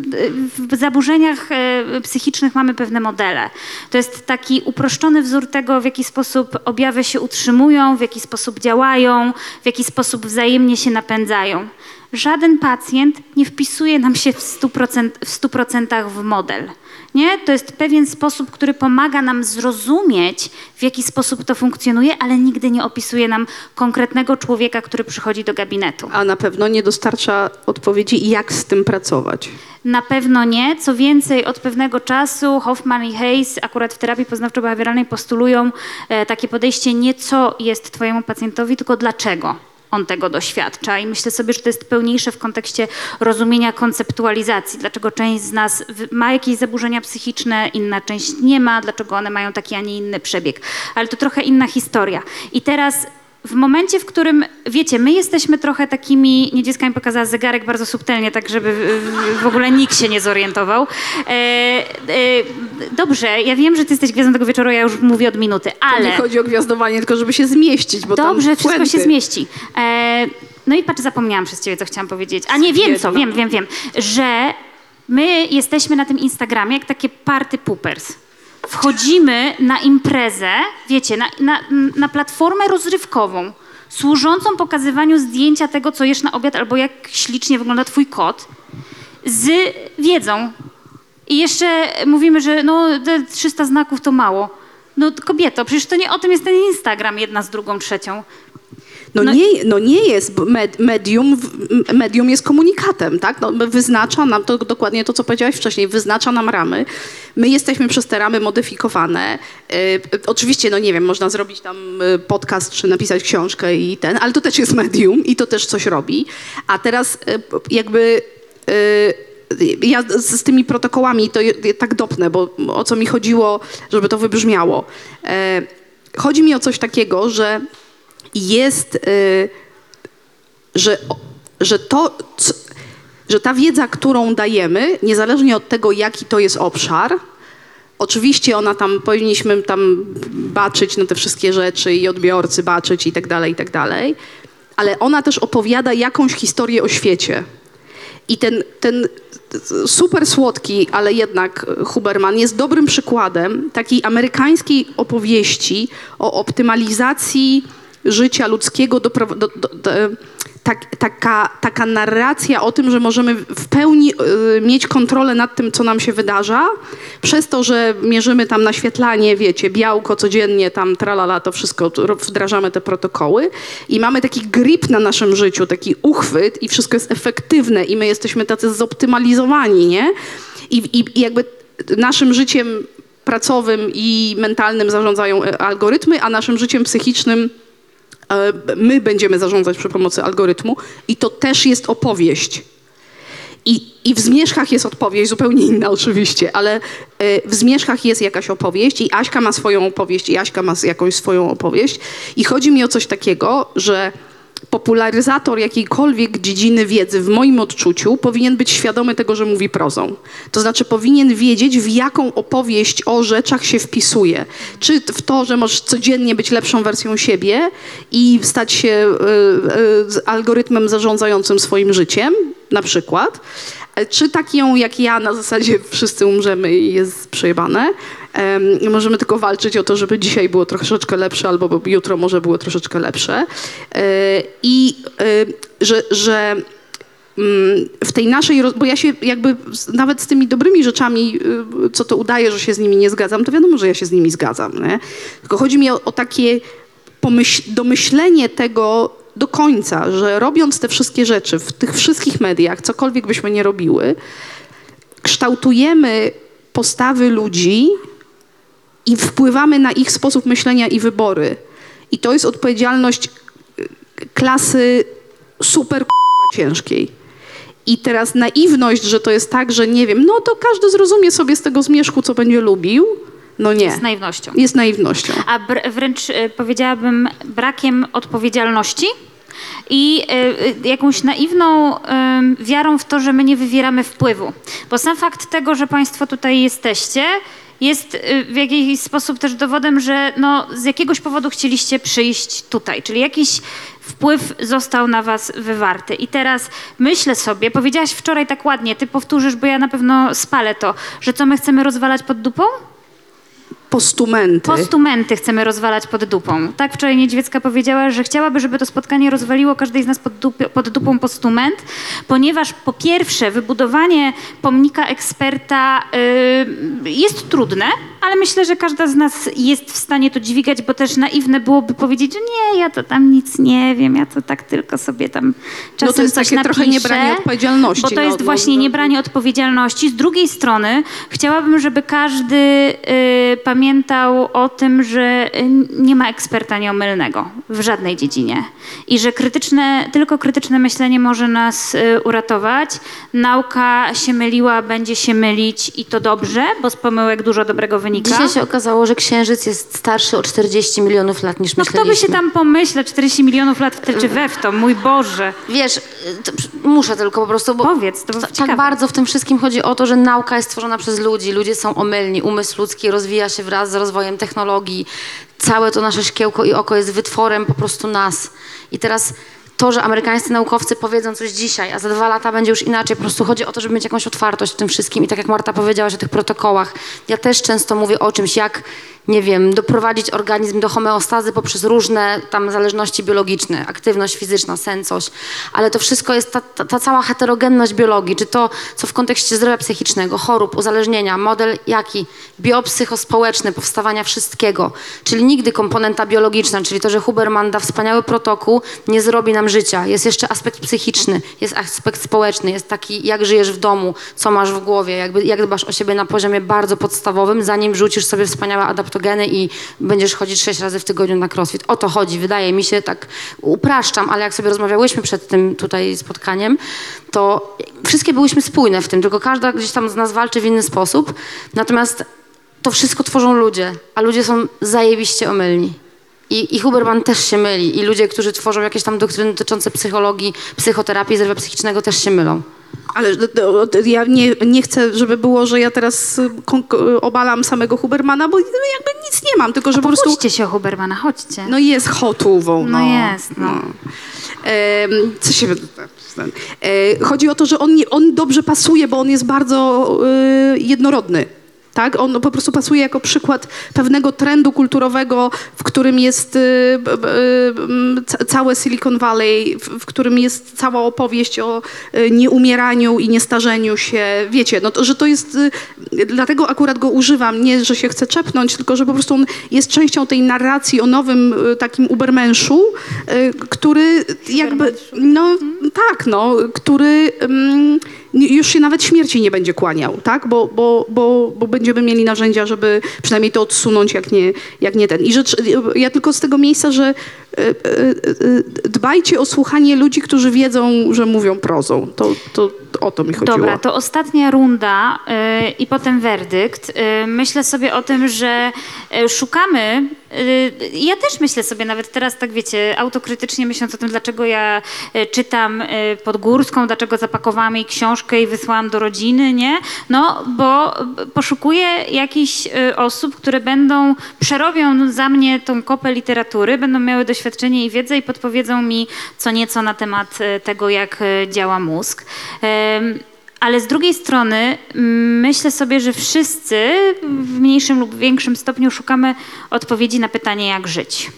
w zaburzeniach psychicznych mamy pewne modele. To jest taki uproszczony wzór tego, w jaki sposób objawy się utrzymują, w jaki sposób działają, w jaki sposób wzajemnie się napędzają. Żaden pacjent nie wpisuje nam się w stu procentach, w stu procentach w model. Nie? To jest pewien sposób, który pomaga nam zrozumieć, w jaki sposób to funkcjonuje, ale nigdy nie opisuje nam konkretnego człowieka, który przychodzi do gabinetu. A na pewno nie dostarcza odpowiedzi, jak z tym pracować. Na pewno nie. Co więcej, od pewnego czasu Hoffman i Hayes akurat w terapii poznawczo-behawioralnej postulują e, takie podejście nie co jest twojemu pacjentowi, tylko dlaczego on tego doświadcza. I myślę sobie, że to jest pełniejsze w kontekście rozumienia konceptualizacji. Dlaczego część z nas ma jakieś zaburzenia psychiczne, inna część nie ma, dlaczego one mają taki, a nie inny przebieg. Ale to trochę inna historia. I teraz w momencie, w którym wiecie, my jesteśmy trochę takimi, nie dziecka mi pokazała zegarek bardzo subtelnie, tak żeby w, w ogóle nikt się nie zorientował. E, e, dobrze, ja wiem, że ty jesteś gwiazdą tego wieczoru, ja już mówię od minuty, ale... Nie chodzi o gwiazdowanie, tylko żeby się zmieścić, bo Dobrze, tam wszystko puenty. się zmieści. E, no i patrz, zapomniałam przez ciebie, co chciałam powiedzieć. A nie, wiem co, wiem, wiem, wiem. Że my jesteśmy na tym Instagramie jak takie party poopers. Wchodzimy na imprezę, wiecie, na, na, na platformę rozrywkową, służącą pokazywaniu zdjęcia tego, co jesz na obiad, albo jak ślicznie wygląda twój kot, z wiedzą. I jeszcze mówimy, że no te trzysta znaków to mało. No kobieto, przecież to nie o tym jest ten Instagram, jedna z drugą, trzecią. No, No nie, no nie jest, bo med, medium, w- medium jest komunikatem, tak? No, wyznacza nam, to dokładnie to, co powiedziałaś wcześniej, wyznacza nam ramy. My jesteśmy przez te ramy modyfikowane. Y, oczywiście, no nie wiem, można zrobić tam y, podcast, czy napisać książkę i ten, ale to też jest medium i to też coś robi. A teraz y, jakby... Y, ja z, z tymi protokołami to je, je, tak dopnę, bo o co mi chodziło, żeby to wybrzmiało. E, chodzi mi o coś takiego, że jest, y, że, że to, c- że ta wiedza, którą dajemy, niezależnie od tego, jaki to jest obszar, oczywiście ona tam, powinniśmy tam baczyć na te wszystkie rzeczy i odbiorcy baczyć i tak dalej, i tak dalej, ale ona też opowiada jakąś historię o świecie. I ten, ten super słodki, ale jednak Huberman jest dobrym przykładem takiej amerykańskiej opowieści o optymalizacji życia ludzkiego, do, do, do, do, tak, taka, taka narracja o tym, że możemy w pełni y, mieć kontrolę nad tym, co nam się wydarza, przez to, że mierzymy tam naświetlanie, wiecie, białko codziennie, tam tralala, to wszystko, wdrażamy te protokoły i mamy taki grip na naszym życiu, taki uchwyt i wszystko jest efektywne i my jesteśmy tacy zoptymalizowani, nie? I, i, i jakby naszym życiem pracowym i mentalnym zarządzają algorytmy, a naszym życiem psychicznym my będziemy zarządzać przy pomocy algorytmu i to też jest opowieść. I, i w Zmierzchach jest odpowiedź, zupełnie inna oczywiście, ale w Zmierzchach jest jakaś opowieść i Aśka ma swoją opowieść i Aśka ma jakąś swoją opowieść i chodzi mi o coś takiego, że popularyzator jakiejkolwiek dziedziny wiedzy w moim odczuciu powinien być świadomy tego, że mówi prozą. To znaczy powinien wiedzieć, w jaką opowieść o rzeczach się wpisuje. Czy w to, że możesz codziennie być lepszą wersją siebie i stać się y, y, algorytmem zarządzającym swoim życiem, na przykład, czy taką jak ja, na zasadzie wszyscy umrzemy i jest przejebane. Um, możemy tylko walczyć o to, żeby dzisiaj było troszeczkę lepsze, albo jutro może było troszeczkę lepsze. E, I e, że, że mm, w tej naszej, roz- bo ja się jakby z- nawet z tymi dobrymi rzeczami, y, co to udaje, że się z nimi nie zgadzam, to wiadomo, że ja się z nimi zgadzam. Nie? Tylko chodzi mi o, o takie pomyśl- domyślenie tego do końca, że robiąc te wszystkie rzeczy w tych wszystkich mediach, cokolwiek byśmy nie robiły, kształtujemy postawy ludzi i wpływamy na ich sposób myślenia i wybory. I to jest odpowiedzialność klasy super k***a ciężkiej. I teraz naiwność, że to jest tak, że nie wiem, no to każdy zrozumie sobie z tego zmierzchu, co będzie lubił. No nie. Z naiwnością. Jest naiwnością. A br- wręcz y, powiedziałabym brakiem odpowiedzialności i y, y, jakąś naiwną y, wiarą w to, że my nie wywieramy wpływu. Bo sam fakt tego, że państwo tutaj jesteście, jest y, w jakiś sposób też dowodem, że no, z jakiegoś powodu chcieliście przyjść tutaj, czyli jakiś wpływ został na was wywarty. I teraz myślę sobie, powiedziałaś wczoraj tak ładnie, ty powtórzysz, bo ja na pewno spalę to, że co my chcemy rozwalać pod dupą? Postumenty. Postumenty chcemy rozwalać pod dupą. Tak wczoraj Niedźwiecka powiedziała, że chciałaby, żeby to spotkanie rozwaliło każdej z nas pod, dup- pod dupą postument, ponieważ po pierwsze wybudowanie pomnika eksperta y, jest trudne, ale myślę, że każda z nas jest w stanie to dźwigać, bo też naiwne byłoby powiedzieć, że nie, ja to tam nic nie wiem, ja to tak tylko sobie tam czasem No to jest coś takie napiszę, trochę niebranie odpowiedzialności. bo to no, jest no, właśnie no. niebranie odpowiedzialności. Z drugiej strony chciałabym, żeby każdy y, pamiętał o tym, że y, nie ma eksperta nieomylnego w żadnej dziedzinie i że krytyczne, tylko krytyczne myślenie może nas y, uratować. Nauka się myliła, będzie się mylić i to dobrze, bo z pomyłek dużo dobrego wynika. Monika. Dzisiaj się okazało, że Księżyc jest starszy o czterdzieści milionów lat niż No myśleliśmy. kto by się tam pomyślał, czterdzieści milionów lat w te czy we w to, mój Boże. Wiesz, to, muszę tylko po prostu, bo Powiedz, to ta- ciekawe. tak bardzo w tym wszystkim chodzi o to, że nauka jest stworzona przez ludzi, ludzie są omylni, umysł ludzki rozwija się wraz z rozwojem technologii, całe to nasze szkiełko i oko jest wytworem po prostu nas. I teraz to, że amerykańscy naukowcy powiedzą coś dzisiaj, a za dwa lata będzie już inaczej, po prostu chodzi o to, żeby mieć jakąś otwartość w tym wszystkim. I tak jak Marta powiedziałaś o tych protokołach, ja też często mówię o czymś, jak, nie wiem, doprowadzić organizm do homeostazy poprzez różne tam zależności biologiczne, aktywność fizyczna, sen, coś. Ale to wszystko jest ta, ta, ta cała heterogenność biologii, czy to, co w kontekście zdrowia psychicznego, chorób, uzależnienia, model jaki? Biopsychospołeczny, powstawania wszystkiego. Czyli nigdy komponenta biologiczna, czyli to, że Huberman da wspaniały protokół, nie zrobi nam życia. Jest jeszcze aspekt psychiczny, jest aspekt społeczny, jest taki, jak żyjesz w domu, co masz w głowie, jakby, jak dbasz o siebie na poziomie bardzo podstawowym, zanim wrzucisz sobie wspaniałe adaptogeny i będziesz chodzić sześć razy w tygodniu na crossfit. O to chodzi, wydaje mi się, tak upraszczam, ale jak sobie rozmawiałyśmy przed tym tutaj spotkaniem, to wszystkie byłyśmy spójne w tym, tylko każda gdzieś tam z nas walczy w inny sposób. Natomiast to wszystko tworzą ludzie, a ludzie są zajebiście omylni. I, I Huberman też się myli. I ludzie, którzy tworzą jakieś tam doktryny dotyczące psychologii, psychoterapii, zdrowia psychicznego też się mylą. Ale d- d- ja nie, nie chcę, żeby było, że ja teraz y, kon- k- obalam samego Hubermana, bo jakby nic nie mam, tylko że po prostu... Pokłóćcie się o Hubermana, chodźcie. No jest hotówą. No No, jest, no. Em, co się... ten, e, chodzi o to, że on, nie, on dobrze pasuje, bo on jest bardzo y, jednorodny. Tak? On po prostu pasuje jako przykład pewnego trendu kulturowego, w którym jest y, b, b, y, ca- całe Silicon Valley, w, w którym jest cała opowieść o y, nieumieraniu i niestarzeniu się. Wiecie, no to, że to jest... Y, dlatego akurat go używam. Nie, że się chcę czepnąć, tylko że po prostu on jest częścią tej narracji o nowym y, takim ubermenszu, y, który jakby... No tak, no, który... ym, już się nawet śmierci nie będzie kłaniał, tak? Bo, bo, bo, bo będziemy mieli narzędzia, żeby przynajmniej to odsunąć, jak nie, jak nie ten. I rzecz, ja tylko z tego miejsca, że y, y, y, dbajcie o słuchanie ludzi, którzy wiedzą, że mówią prozą. To, to, o to mi chodziło. Dobra, to ostatnia runda y, i potem werdykt. Y, myślę sobie o tym, że y, szukamy, y, ja też myślę sobie nawet teraz, tak wiecie, autokrytycznie myśląc o tym, dlaczego ja y, czytam y, Podgórską, dlaczego zapakowałam jej książkę i wysłałam do rodziny, nie? No, bo poszukuję jakichś y, osób, które będą, przerobią za mnie tą kopę literatury, będą miały doświadczenie i wiedzę i podpowiedzą mi co nieco na temat y, tego, jak y, działa mózg. Ym, Ale z drugiej strony mm, myślę sobie, że wszyscy w mniejszym lub większym stopniu szukamy odpowiedzi na pytanie, jak żyć.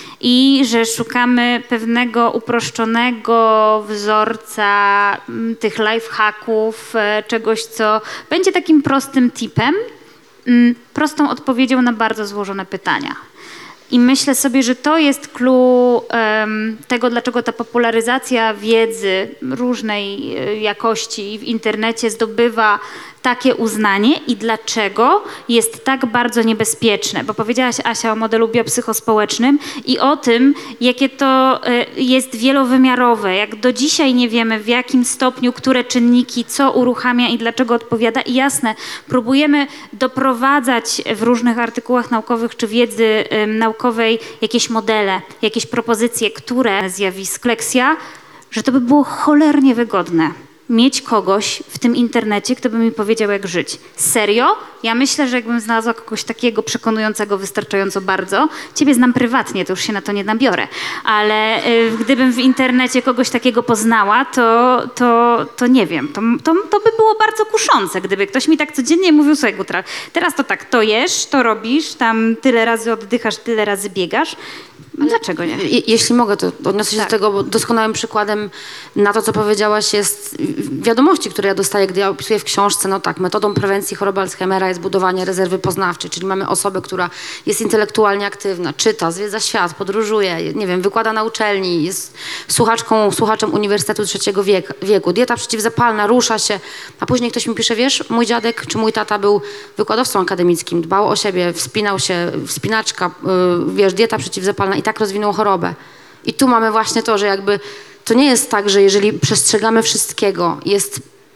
I że szukamy pewnego uproszczonego wzorca mm, tych lifehacków, e, czegoś, co będzie takim prostym tipem, mm, prostą odpowiedzią na bardzo złożone pytania. I myślę sobie, że to jest clue um, tego, dlaczego ta popularyzacja wiedzy różnej e, jakości w internecie zdobywa takie uznanie i dlaczego jest tak bardzo niebezpieczne. Bo powiedziałaś, Asia, o modelu biopsychospołecznym i o tym, jakie to e, jest wielowymiarowe. Jak do dzisiaj nie wiemy, w jakim stopniu, które czynniki, co uruchamia i dlaczego odpowiada. I jasne, próbujemy doprowadzać w różnych artykułach naukowych czy wiedzy e, naukowej jakieś modele, jakieś propozycje, które zjawisk lekcja, że to by było cholernie wygodne. Mieć kogoś w tym internecie, kto by mi powiedział, jak żyć. Serio? Ja myślę, że jakbym znalazła kogoś takiego przekonującego wystarczająco bardzo, ciebie znam prywatnie, to już się na to nie nabiorę, ale y, gdybym w internecie kogoś takiego poznała, to, to, to nie wiem, to, to, to by było bardzo kuszące, gdyby ktoś mi tak codziennie mówił, słuchaj Gutra, teraz to tak, to jesz, to robisz, tam tyle razy oddychasz, tyle razy biegasz. Dlaczego nie? Je, jeśli mogę, to odniosę się Tak. do tego, bo doskonałym przykładem na to, co powiedziałaś, jest wiadomości, które ja dostaję, gdy ja opisuję w książce, no tak, metodą prewencji choroby Alzheimera jest budowanie rezerwy poznawczej, czyli mamy osobę, która jest intelektualnie aktywna, czyta, zwiedza świat, podróżuje, nie wiem, wykłada na uczelni, jest słuchaczką, słuchaczem Uniwersytetu Trzeciego wiek, wieku, dieta przeciwzapalna, rusza się, a później ktoś mi pisze, wiesz, mój dziadek czy mój tata był wykładowcą akademickim, dbał o siebie, wspinał się, wspinaczka, yy, wiesz, dieta przeciwzapalna i tak rozwinął chorobę. I tu mamy właśnie to, że jakby to nie jest tak, że jeżeli przestrzegamy wszystkiego, jest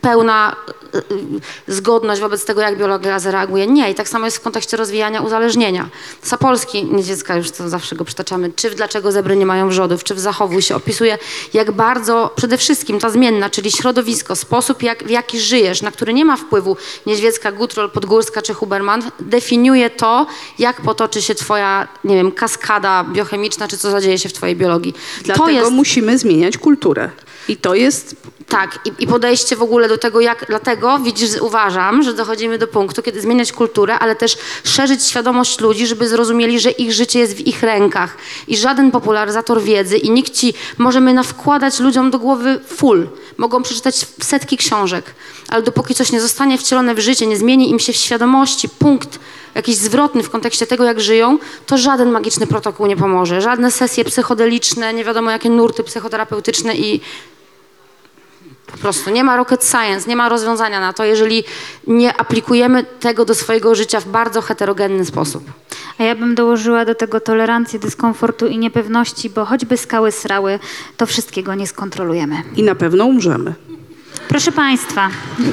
pełna y, y, zgodność wobec tego, jak biologia zareaguje. Nie. I tak samo jest w kontekście rozwijania uzależnienia. Sapolski, Niedźwiecka, już to zawsze go przytaczamy, czy w Dlaczego zebry nie mają wrzodów, czy w Zachowuj się, opisuje, jak bardzo przede wszystkim ta zmienna, czyli środowisko, sposób, jak, w jaki żyjesz, na który nie ma wpływu Niedźwiecka, Gutrol, Podgórska czy Huberman, definiuje to, jak potoczy się twoja, nie wiem, kaskada biochemiczna, czy co zadzieje się w twojej biologii. Dlatego to jest... musimy zmieniać kulturę. I to jest... Tak, i, i podejście w ogóle do tego, jak, dlatego widzisz, uważam, że dochodzimy do punktu, kiedy zmieniać kulturę, ale też szerzyć świadomość ludzi, żeby zrozumieli, że ich życie jest w ich rękach i żaden popularyzator wiedzy i nikt ci, możemy nawkładać ludziom do głowy full, mogą przeczytać setki książek, ale dopóki coś nie zostanie wcielone w życie, nie zmieni im się w świadomości punkt jakiś zwrotny w kontekście tego, jak żyją, to żaden magiczny protokół nie pomoże, żadne sesje psychodeliczne, nie wiadomo jakie nurty psychoterapeutyczne i po prostu nie ma rocket science, nie ma rozwiązania na to, jeżeli nie aplikujemy tego do swojego życia w bardzo heterogenny sposób. A ja bym dołożyła do tego tolerancję, dyskomfortu i niepewności, bo choćby skały srały, to wszystkiego nie skontrolujemy. I na pewno umrzemy. Proszę Państwa.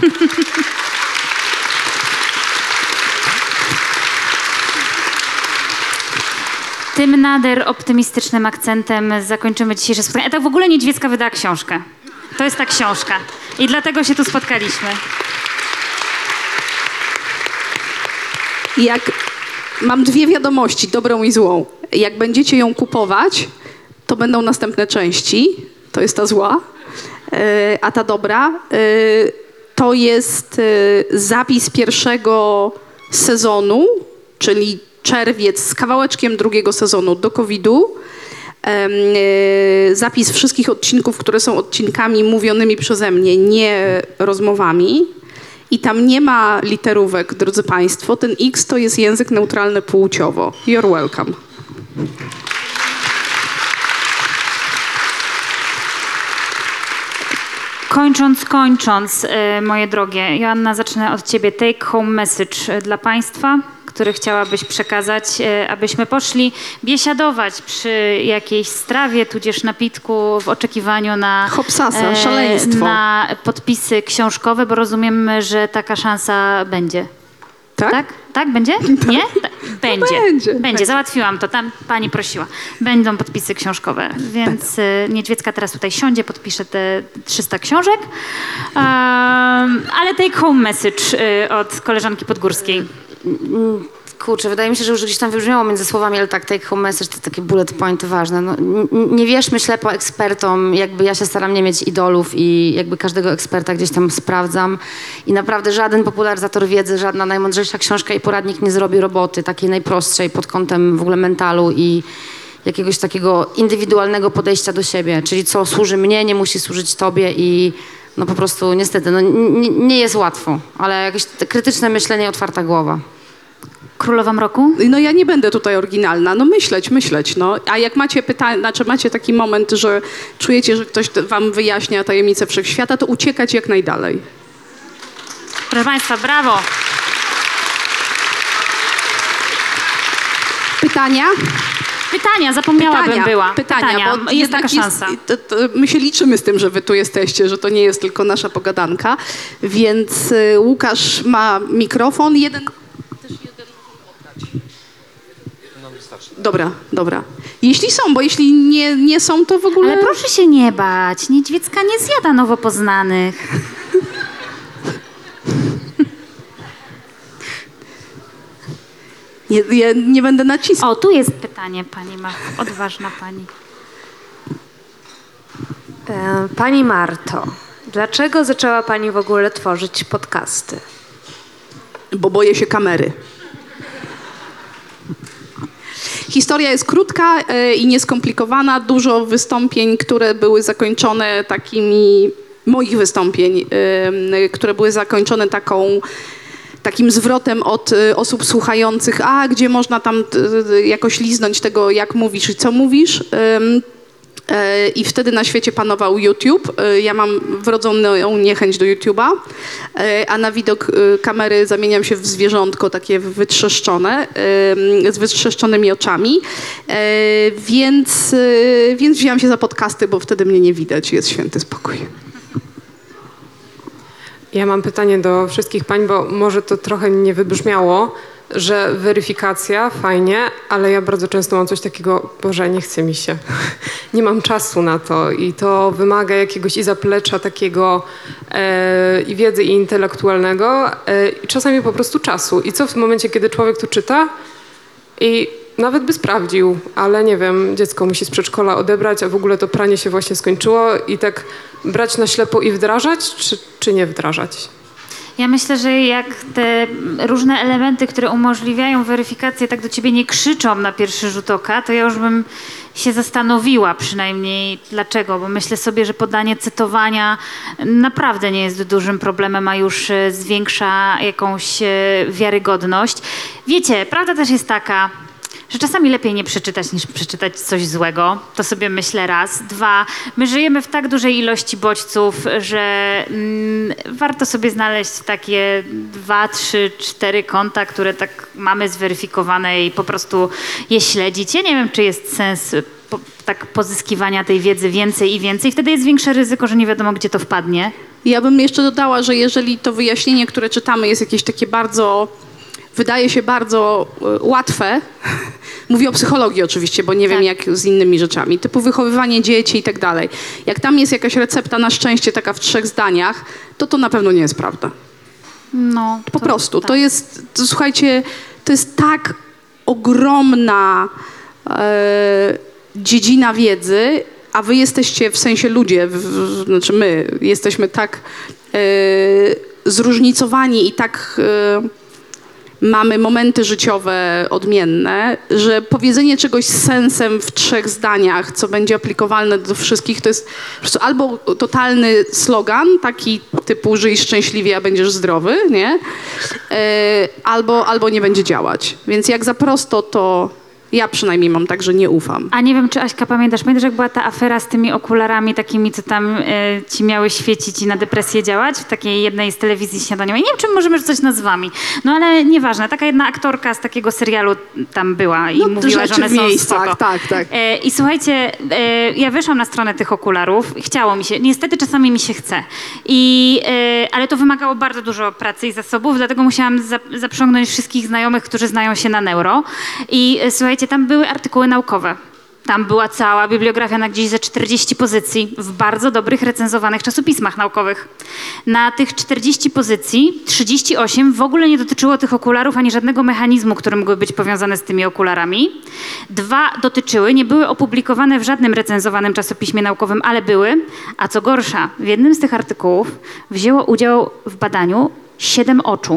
Tym nader optymistycznym akcentem zakończymy dzisiejsze spotkanie. A tak w ogóle Niedźwiecka wydała książkę. To jest ta książka. I dlatego się tu spotkaliśmy. I jak mam dwie wiadomości, dobrą i złą. Jak będziecie ją kupować, to będą następne części. To jest ta zła. E, a ta dobra, e, to jest e, zapis pierwszego sezonu, czyli czerwiec z kawałeczkiem drugiego sezonu do kowida. Zapis wszystkich odcinków, które są odcinkami mówionymi przeze mnie, nie rozmowami. I tam nie ma literówek, drodzy Państwo. Ten X to jest język neutralny płciowo. You're welcome. Kończąc, kończąc, e, moje drogie, Joanna, zacznę od ciebie. Take home message dla Państwa, który chciałabyś przekazać, e, abyśmy poszli biesiadować przy jakiejś strawie, tudzież napitku w oczekiwaniu na, Hopsasa, szaleństwo. na podpisy książkowe, bo rozumiem, że taka szansa będzie. Tak? Tak? Tak? Będzie? Nie? Ta- Będzie. będzie. Będzie. Załatwiłam to. Tam pani prosiła. Będą podpisy książkowe. Więc y, Niedźwiecka teraz tutaj siądzie, podpisze te trzysta książek. Um, ale take home message y, od koleżanki Podgórskiej. Kurczę, wydaje mi się, że już gdzieś tam wybrzmiało między słowami, ale tak, take home message to takie bullet pointy ważne. No, n- nie wierzmy ślepo ekspertom, jakby ja się staram nie mieć idolów i jakby każdego eksperta gdzieś tam sprawdzam i naprawdę żaden popularyzator wiedzy, żadna najmądrzejsza książka i poradnik nie zrobi roboty takiej najprostszej pod kątem w ogóle mentalu i jakiegoś takiego indywidualnego podejścia do siebie, czyli co służy mnie, nie musi służyć tobie i no po prostu niestety no, n- nie jest łatwo, ale jakieś te krytyczne myślenie i otwarta głowa. Królowa Mroku? No ja nie będę tutaj oryginalna. No myśleć, myśleć. No. A jak macie pytanie, znaczy macie taki moment, że czujecie, że ktoś wam wyjaśnia tajemnicę wszechświata, to uciekać jak najdalej. Proszę Państwa, brawo! Pytania? Pytania, zapomniałabym była. Pytania, bo jest jednak taka szansa. to, to my się liczymy z tym, że wy tu jesteście, że to nie jest tylko nasza pogadanka. Więc y, Łukasz ma mikrofon. Jeden... Też jeden oddać. Dobra, dobra. Jeśli są, bo jeśli nie, nie są, to w ogóle... Ale proszę się nie bać. Niedźwiecka nie zjada nowo poznanych. Nie, ja nie będę naciskał. O, tu jest pytanie, pani ma. Odważna pani. E, Pani Marto, dlaczego zaczęła Pani w ogóle tworzyć podcasty? Bo boję się kamery. Historia jest krótka e, i nieskomplikowana. Dużo wystąpień, które były zakończone takimi... moich wystąpień, e, które były zakończone taką... takim zwrotem od y, osób słuchających, a gdzie można tam y, y, jakoś liznąć tego, jak mówisz i co mówisz. Ym, y, I wtedy na świecie panował YouTube. Y, ja mam wrodzoną niechęć do YouTube'a, y, a na widok y, kamery zamieniam się w zwierzątko takie wytrzeszczone, y, z wytrzeszczonymi oczami. Y, więc, y, więc wzięłam się za podcasty, bo wtedy mnie nie widać, jest święty spokój. Ja mam pytanie do wszystkich pań, bo może to trochę nie wybrzmiało, że weryfikacja, fajnie, ale ja bardzo często mam coś takiego, Boże, nie chce mi się. Nie mam czasu na to i to wymaga jakiegoś i zaplecza takiego e, i wiedzy i intelektualnego e, i czasami po prostu czasu. I co w momencie, kiedy człowiek to czyta i nawet by sprawdził, ale nie wiem, dziecko musi z przedszkola odebrać, a w ogóle to pranie się właśnie skończyło i tak brać na ślepo i wdrażać, czy, czy nie wdrażać? Ja myślę, że jak te różne elementy, które umożliwiają weryfikację, tak do ciebie nie krzyczą na pierwszy rzut oka, to ja już bym się zastanowiła przynajmniej dlaczego, bo myślę sobie, że podanie cytowania naprawdę nie jest dużym problemem, a już e, zwiększa jakąś e, wiarygodność. Wiecie, prawda też jest taka, że czasami lepiej nie przeczytać, niż przeczytać coś złego. To sobie myślę raz. Dwa, my żyjemy w tak dużej ilości bodźców, że mm, warto sobie znaleźć takie dwa, trzy, cztery konta, które tak mamy zweryfikowane i po prostu je śledzić. Ja nie wiem, czy jest sens po, tak pozyskiwania tej wiedzy więcej i więcej. Wtedy jest większe ryzyko, że nie wiadomo, gdzie to wpadnie. Ja bym jeszcze dodała, że jeżeli to wyjaśnienie, które czytamy, jest jakieś takie bardzo, wydaje się bardzo y, łatwe, mówię o psychologii oczywiście, bo nie wiem Tak. jak z innymi rzeczami, typu wychowywanie dzieci i tak dalej. Jak tam jest jakaś recepta na szczęście taka w trzech zdaniach, to to na pewno nie jest prawda. No, Po to, prostu. tak. To jest, to, słuchajcie, to jest tak ogromna e, dziedzina wiedzy, a wy jesteście, w sensie ludzie, w, w, znaczy my, jesteśmy tak e, zróżnicowani i tak e, mamy momenty życiowe odmienne, że powiedzenie czegoś z sensem w trzech zdaniach, co będzie aplikowalne do wszystkich, to jest po prostu albo totalny slogan, taki typu żyj szczęśliwie, a będziesz zdrowy, nie? E, albo, albo nie będzie działać. Więc jak za prosto, to ja przynajmniej mam tak, że nie ufam. A nie wiem, czy Aśka pamiętasz, pamiętasz jak była ta afera z tymi okularami takimi, co tam e, ci miały świecić i na depresję działać? W takiej jednej z telewizji śniadaniowej. Nie wiem, czy możemy rzucać nazwami. No ale nieważne. Taka jedna aktorka z takiego serialu tam była i No, mówiła, że rzeczy one w są miejscach, spoko. tak, tak. E, I słuchajcie, e, ja wyszłam na stronę tych okularów i chciało mi się. Niestety czasami mi się chce. I, e, ale to wymagało bardzo dużo pracy i zasobów, dlatego musiałam za, zaprzągnąć wszystkich znajomych, którzy znają się na neuro. I e, słuchajcie, tam były artykuły naukowe. Tam była cała bibliografia na gdzieś ze czterdzieści pozycji w bardzo dobrych, recenzowanych czasopismach naukowych. Na tych czterdzieści pozycji trzydzieści osiem w ogóle nie dotyczyło tych okularów ani żadnego mechanizmu, który mógłby być powiązany z tymi okularami. Dwa dotyczyły, nie były opublikowane w żadnym recenzowanym czasopiśmie naukowym, ale były. A co gorsza, w jednym z tych artykułów wzięło udział w badaniu siedem oczu.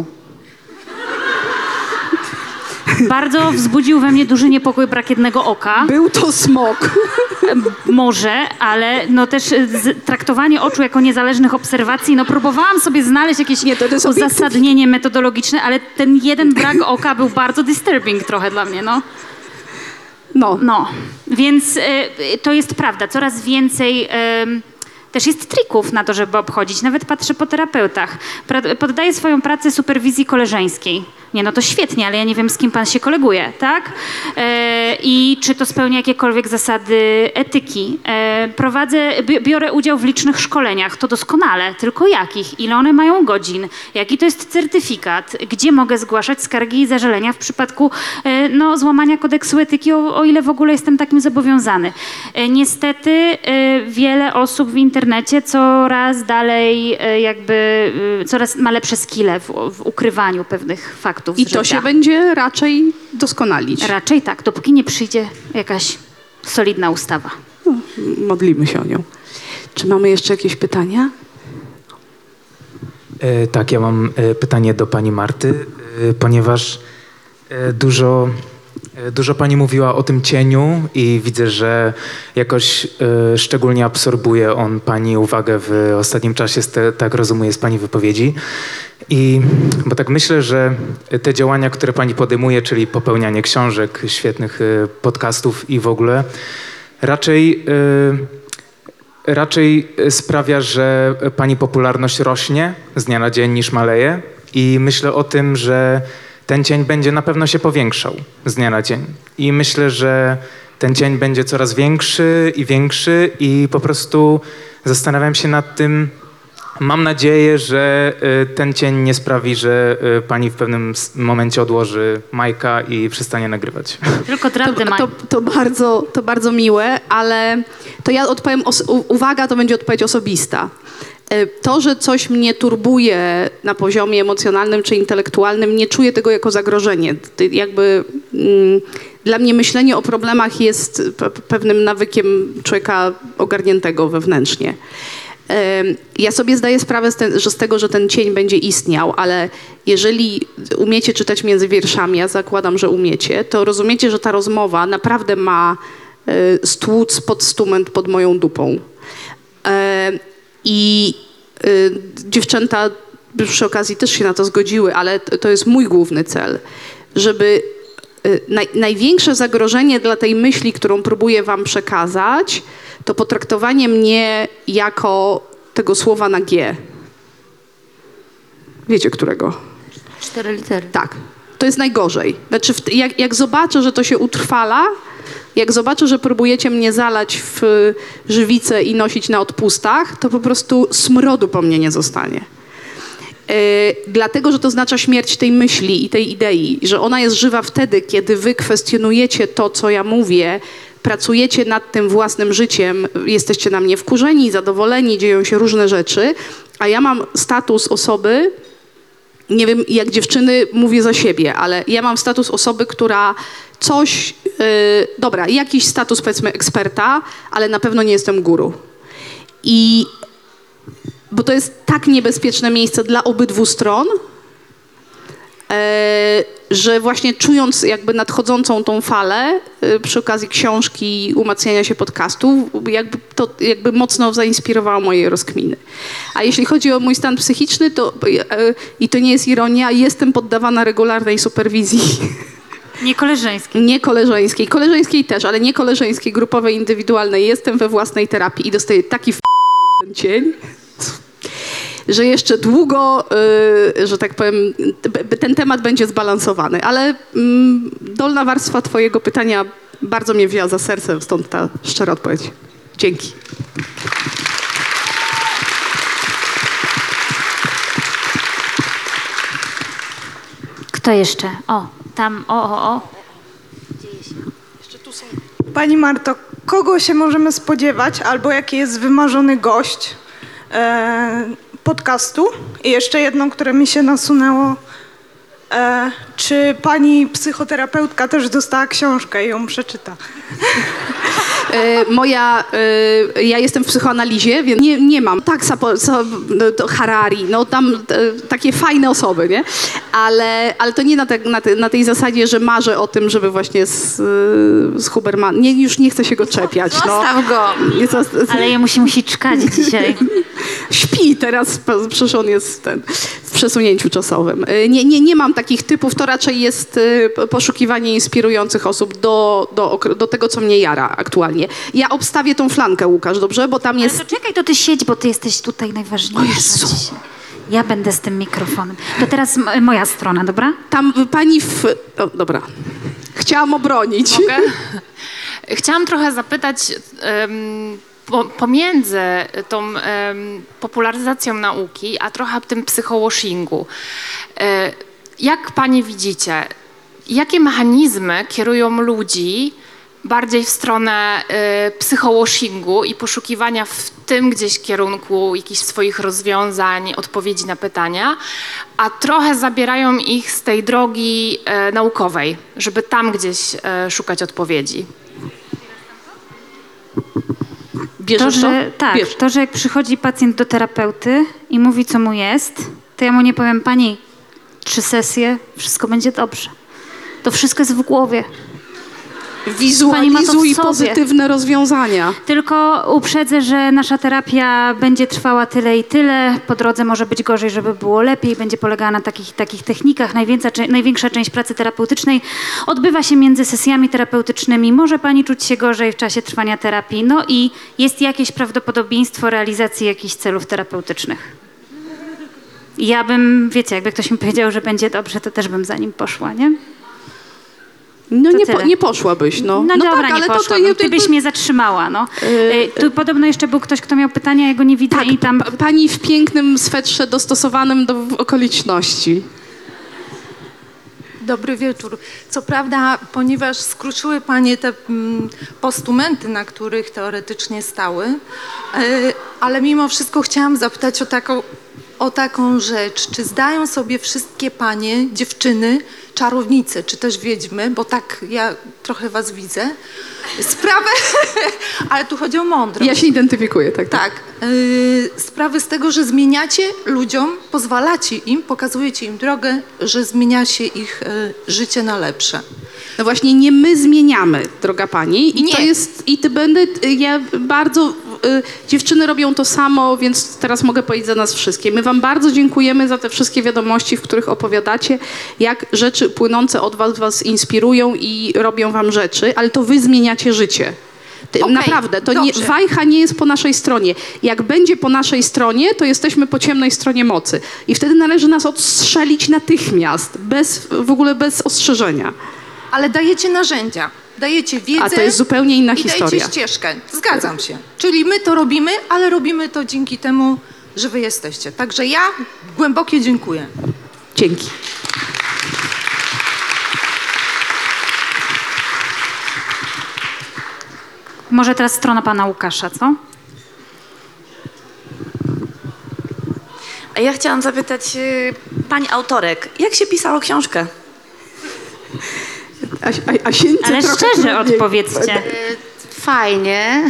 Bardzo wzbudził we mnie duży niepokój brak jednego oka. Był to smok. Może, ale no też z, traktowanie oczu jako niezależnych obserwacji, no próbowałam sobie znaleźć jakieś Nie, to jest uzasadnienie metodologiczne, ale ten jeden brak oka był bardzo disturbing trochę dla mnie, no. No. No, więc y, to jest prawda, coraz więcej... Y, Też jest trików na to, żeby obchodzić. Nawet patrzę po terapeutach. Pra- poddaję swoją pracę superwizji koleżeńskiej. Nie, no to świetnie, ale ja nie wiem, z kim pan się koleguje, tak? E, I czy to spełnia jakiekolwiek zasady etyki. E, prowadzę, bi- biorę udział w licznych szkoleniach. To doskonale. Tylko jakich? Ile one mają godzin? Jaki to jest certyfikat? Gdzie mogę zgłaszać skargi i zażalenia w przypadku e, no, złamania kodeksu etyki, o, o ile w ogóle jestem takim zobowiązany. E, niestety e, wiele osób w internecie coraz dalej e, jakby, e, coraz ma lepsze skille w, w ukrywaniu pewnych faktów I z to życia. się będzie raczej doskonalić. Raczej tak, dopóki nie przyjdzie jakaś solidna ustawa. Modlimy się o nią. Czy mamy jeszcze jakieś pytania? E, tak, ja mam e, pytanie do pani Marty, e, ponieważ e, dużo, e, dużo pani mówiła o tym cieniu i widzę, że jakoś e, szczególnie absorbuje on pani uwagę w ostatnim czasie, z te, tak rozumuję z pani wypowiedzi. I bo tak myślę, że te działania, które pani podejmuje, czyli popełnianie książek, świetnych e, podcastów i w ogóle, raczej... E, Raczej sprawia, że pani popularność rośnie z dnia na dzień niż maleje i myślę o tym, że ten cień będzie na pewno się powiększał z dnia na dzień. I myślę, że ten cień będzie coraz większy i większy i po prostu zastanawiam się nad tym, mam nadzieję, że y, ten cień nie sprawi, że y, pani w pewnym s- momencie odłoży majka i przestanie nagrywać. Tylko prawdę To, ma. to, to, bardzo, to bardzo miłe, ale to ja odpowiem, os- u- uwaga, to będzie odpowiedź osobista. E, To, że coś mnie turbuje na poziomie emocjonalnym czy intelektualnym, nie czuję tego jako zagrożenie. Ty- Jakby mm, dla mnie myślenie o problemach jest pe- pewnym nawykiem człowieka ogarniętego wewnętrznie. Em, Ja sobie zdaję sprawę z, ten, że z tego, że ten cień będzie istniał, ale jeżeli umiecie czytać między wierszami, ja zakładam, że umiecie, to rozumiecie, że ta rozmowa naprawdę ma e, stłuc podstument pod moją dupą. E, I e, dziewczęta przy okazji też się na to zgodziły, ale to to jest mój główny cel, żeby e, naj, największe zagrożenie dla tej myśli, którą próbuję wam przekazać, to potraktowanie mnie jako tego słowa na G. Wiecie którego? Cztery litery. Tak. To jest najgorzej. Znaczy, w- jak, jak zobaczę, że to się utrwala, jak zobaczę, że próbujecie mnie zalać w żywicę i nosić na odpustach, to po prostu smrodu po mnie nie zostanie. Yy, dlatego, że to oznacza śmierć tej myśli i tej idei, że ona jest żywa wtedy, kiedy wy kwestionujecie to, co ja mówię, pracujecie nad tym własnym życiem, jesteście na mnie wkurzeni, zadowoleni, dzieją się różne rzeczy, a ja mam status osoby, nie wiem jak dziewczyny mówię za siebie, ale ja mam status osoby, która coś, yy, dobra, jakiś status powiedzmy eksperta, ale na pewno nie jestem guru. I bo to jest tak niebezpieczne miejsce dla obydwu stron, e, że właśnie czując jakby nadchodzącą tą falę e, przy okazji książki, umacniania się podcastu, jakby to jakby mocno zainspirowało moje rozkminy. A jeśli chodzi o mój stan psychiczny, to e, i to nie jest ironia, jestem poddawana regularnej superwizji. Nie koleżeńskiej. Nie koleżeńskiej, koleżeńskiej też, ale nie koleżeńskiej, grupowej, indywidualnej. Jestem we własnej terapii i dostaję taki f- w ten cień, że jeszcze długo, y, że tak powiem, t- ten temat będzie zbalansowany. Ale mm, dolna warstwa twojego pytania bardzo mnie wzięła za serce, stąd ta szczera odpowiedź. Dzięki. Kto jeszcze? O, tam, o, o, o. Pani Marto, kogo się możemy spodziewać albo jaki jest wymarzony gość e, podcastu? I jeszcze jedno, które mi się nasunęło. E, czy pani psychoterapeutka też dostała książkę i ją przeczyta? E, moja, e, ja jestem w psychoanalizie, więc nie, nie mam. Tak, Sapo, so, no, to Harari, no tam e, takie fajne osoby, nie? Ale, ale to nie na, te, na, te, na tej zasadzie, że marzę o tym, żeby właśnie z, z Huberman. Nie, już nie chcę się go czepiać. No. Zostaw go. Nie, to, Ale jemu się musi czkać dzisiaj. Śpi teraz, przecież on jest ten, w przesunięciu czasowym. E, Nie, nie, nie mam takich typów, to raczej jest e, poszukiwanie inspirujących osób do, do, okre- do tego, co mnie jara aktualnie. Ja obstawię tą flankę, Łukasz, dobrze? Bo tam Ale jest... to czekaj, to ty siedź, bo ty jesteś tutaj najważniejsza dzisiaj. Ja będę z tym mikrofonem. To teraz m- moja strona, dobra? Tam pani w... O, dobra. Chciałam obronić. Mogę? Chciałam trochę zapytać em, po, pomiędzy tą em, popularyzacją nauki, a trochę tym psychowashingu. E, jak panie widzicie, jakie mechanizmy kierują ludzi bardziej w stronę e, psychowashingu i poszukiwania w tym gdzieś kierunku jakichś swoich rozwiązań, odpowiedzi na pytania, a trochę zabierają ich z tej drogi e, naukowej, żeby tam gdzieś e, szukać odpowiedzi? Bierzesz to, to? że, tak, Bierz. to, że jak przychodzi pacjent do terapeuty i mówi, co mu jest, to ja mu nie powiem, pani, trzy sesje, wszystko będzie dobrze. To wszystko jest w głowie. Pani ma to w Wizualizuj sobie. pozytywne rozwiązania. Tylko uprzedzę, że nasza terapia będzie trwała tyle i tyle. Po drodze może być gorzej, żeby było lepiej. Będzie polegała na takich takich technikach. Największa, cze- największa część pracy terapeutycznej odbywa się między sesjami terapeutycznymi. Może pani czuć się gorzej w czasie trwania terapii. No i jest jakieś prawdopodobieństwo realizacji jakichś celów terapeutycznych. Ja bym, wiecie, jakby ktoś mi powiedział, że będzie dobrze, to też bym za nim poszła, nie? No To nie, po, tyle. nie poszłabyś, no. No, dobra, tak, nie ale to, poszłabym. to, to, Ty byś mnie zatrzymała, no. Y, tu podobno jeszcze był ktoś, kto miał pytania, ja go nie widzę tak, i tam... pa, pani w pięknym swetrze dostosowanym do okoliczności. Dobry wieczór. Co prawda, ponieważ skróciły Panie te mm, postumenty, na których teoretycznie stały, y, ale mimo wszystko chciałam zapytać o taką, o taką rzecz. Czy zdają sobie wszystkie Panie, dziewczyny, czarownice, czy też wiedźmy, bo tak ja trochę Was widzę, sprawę, ale tu chodzi o mądrość. Ja się identyfikuję, tak. Tak. Yy, sprawy z tego, że zmieniacie ludziom, pozwalacie im, pokazujecie im drogę, że zmieniacie ich yy, życie na lepsze. No właśnie nie my zmieniamy, droga pani. I Nie. to jest, i ty będę, ja bardzo, y, dziewczyny robią to samo, więc teraz mogę powiedzieć za nas wszystkie. My wam bardzo dziękujemy za te wszystkie wiadomości, w których opowiadacie, jak rzeczy płynące od was was inspirują i robią wam rzeczy, ale to wy zmieniacie życie. Ty, Okej, naprawdę, to nie, dobrze. wajcha nie jest po naszej stronie. Jak będzie po naszej stronie, to jesteśmy po ciemnej stronie mocy. I wtedy należy nas odstrzelić natychmiast, bez, w ogóle bez ostrzeżenia. Ale dajecie narzędzia, dajecie wiedzę. A to jest zupełnie inna i historia. dajecie ścieżkę. Zgadzam się. Czyli my to robimy, ale robimy to dzięki temu, że wy jesteście. Także ja głębokie dziękuję. Dzięki. Może teraz strona pana Łukasza, co? A ja chciałam zapytać y, pani autorek, jak się pisało książkę? A, a, a Ale szczerze odpowiedzcie. Fajnie.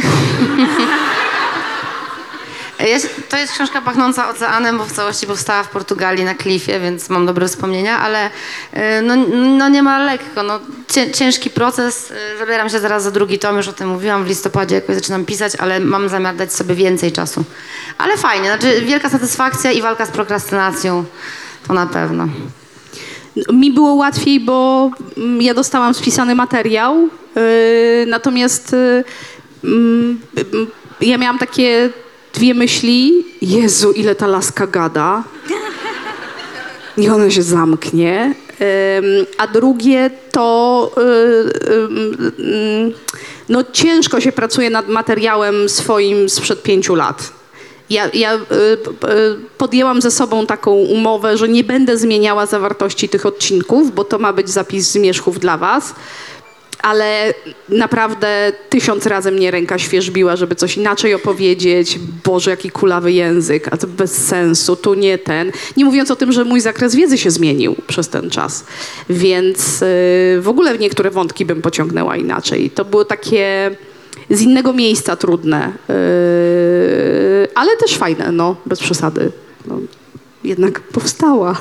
Jest, to jest książka pachnąca oceanem, bo w całości powstała w Portugalii na klifie, więc mam dobre wspomnienia, ale no, no nie ma lekko. No, cię, ciężki proces. Zabieram się zaraz za drugi tom, już o tym mówiłam, w listopadzie jakoś zaczynam pisać, ale mam zamiar dać sobie więcej czasu. Ale fajnie, znaczy wielka satysfakcja i walka z prokrastynacją, to na pewno. Mi było łatwiej, bo mm, ja dostałam spisany materiał, yy, natomiast yy, yy, ja miałam takie dwie myśli. Jezu, ile ta laska gada. Niech ona się zamknie. Yy, a drugie to yy, yy, no ciężko się pracuje nad materiałem swoim sprzed pięciu lat. Ja, ja y, y, podjęłam ze sobą taką umowę, że nie będę zmieniała zawartości tych odcinków, bo to ma być zapis zmierzchów dla was, ale naprawdę tysiąc razy mnie ręka świerzbiła, żeby coś inaczej opowiedzieć. Boże, jaki kulawy język, a to bez sensu, tu nie ten. Nie mówiąc o tym, że mój zakres wiedzy się zmienił przez ten czas, więc y, w ogóle niektóre wątki bym pociągnęła inaczej. To było takie z innego miejsca trudne, yy, ale też fajne, no, bez przesady. No, jednak powstała.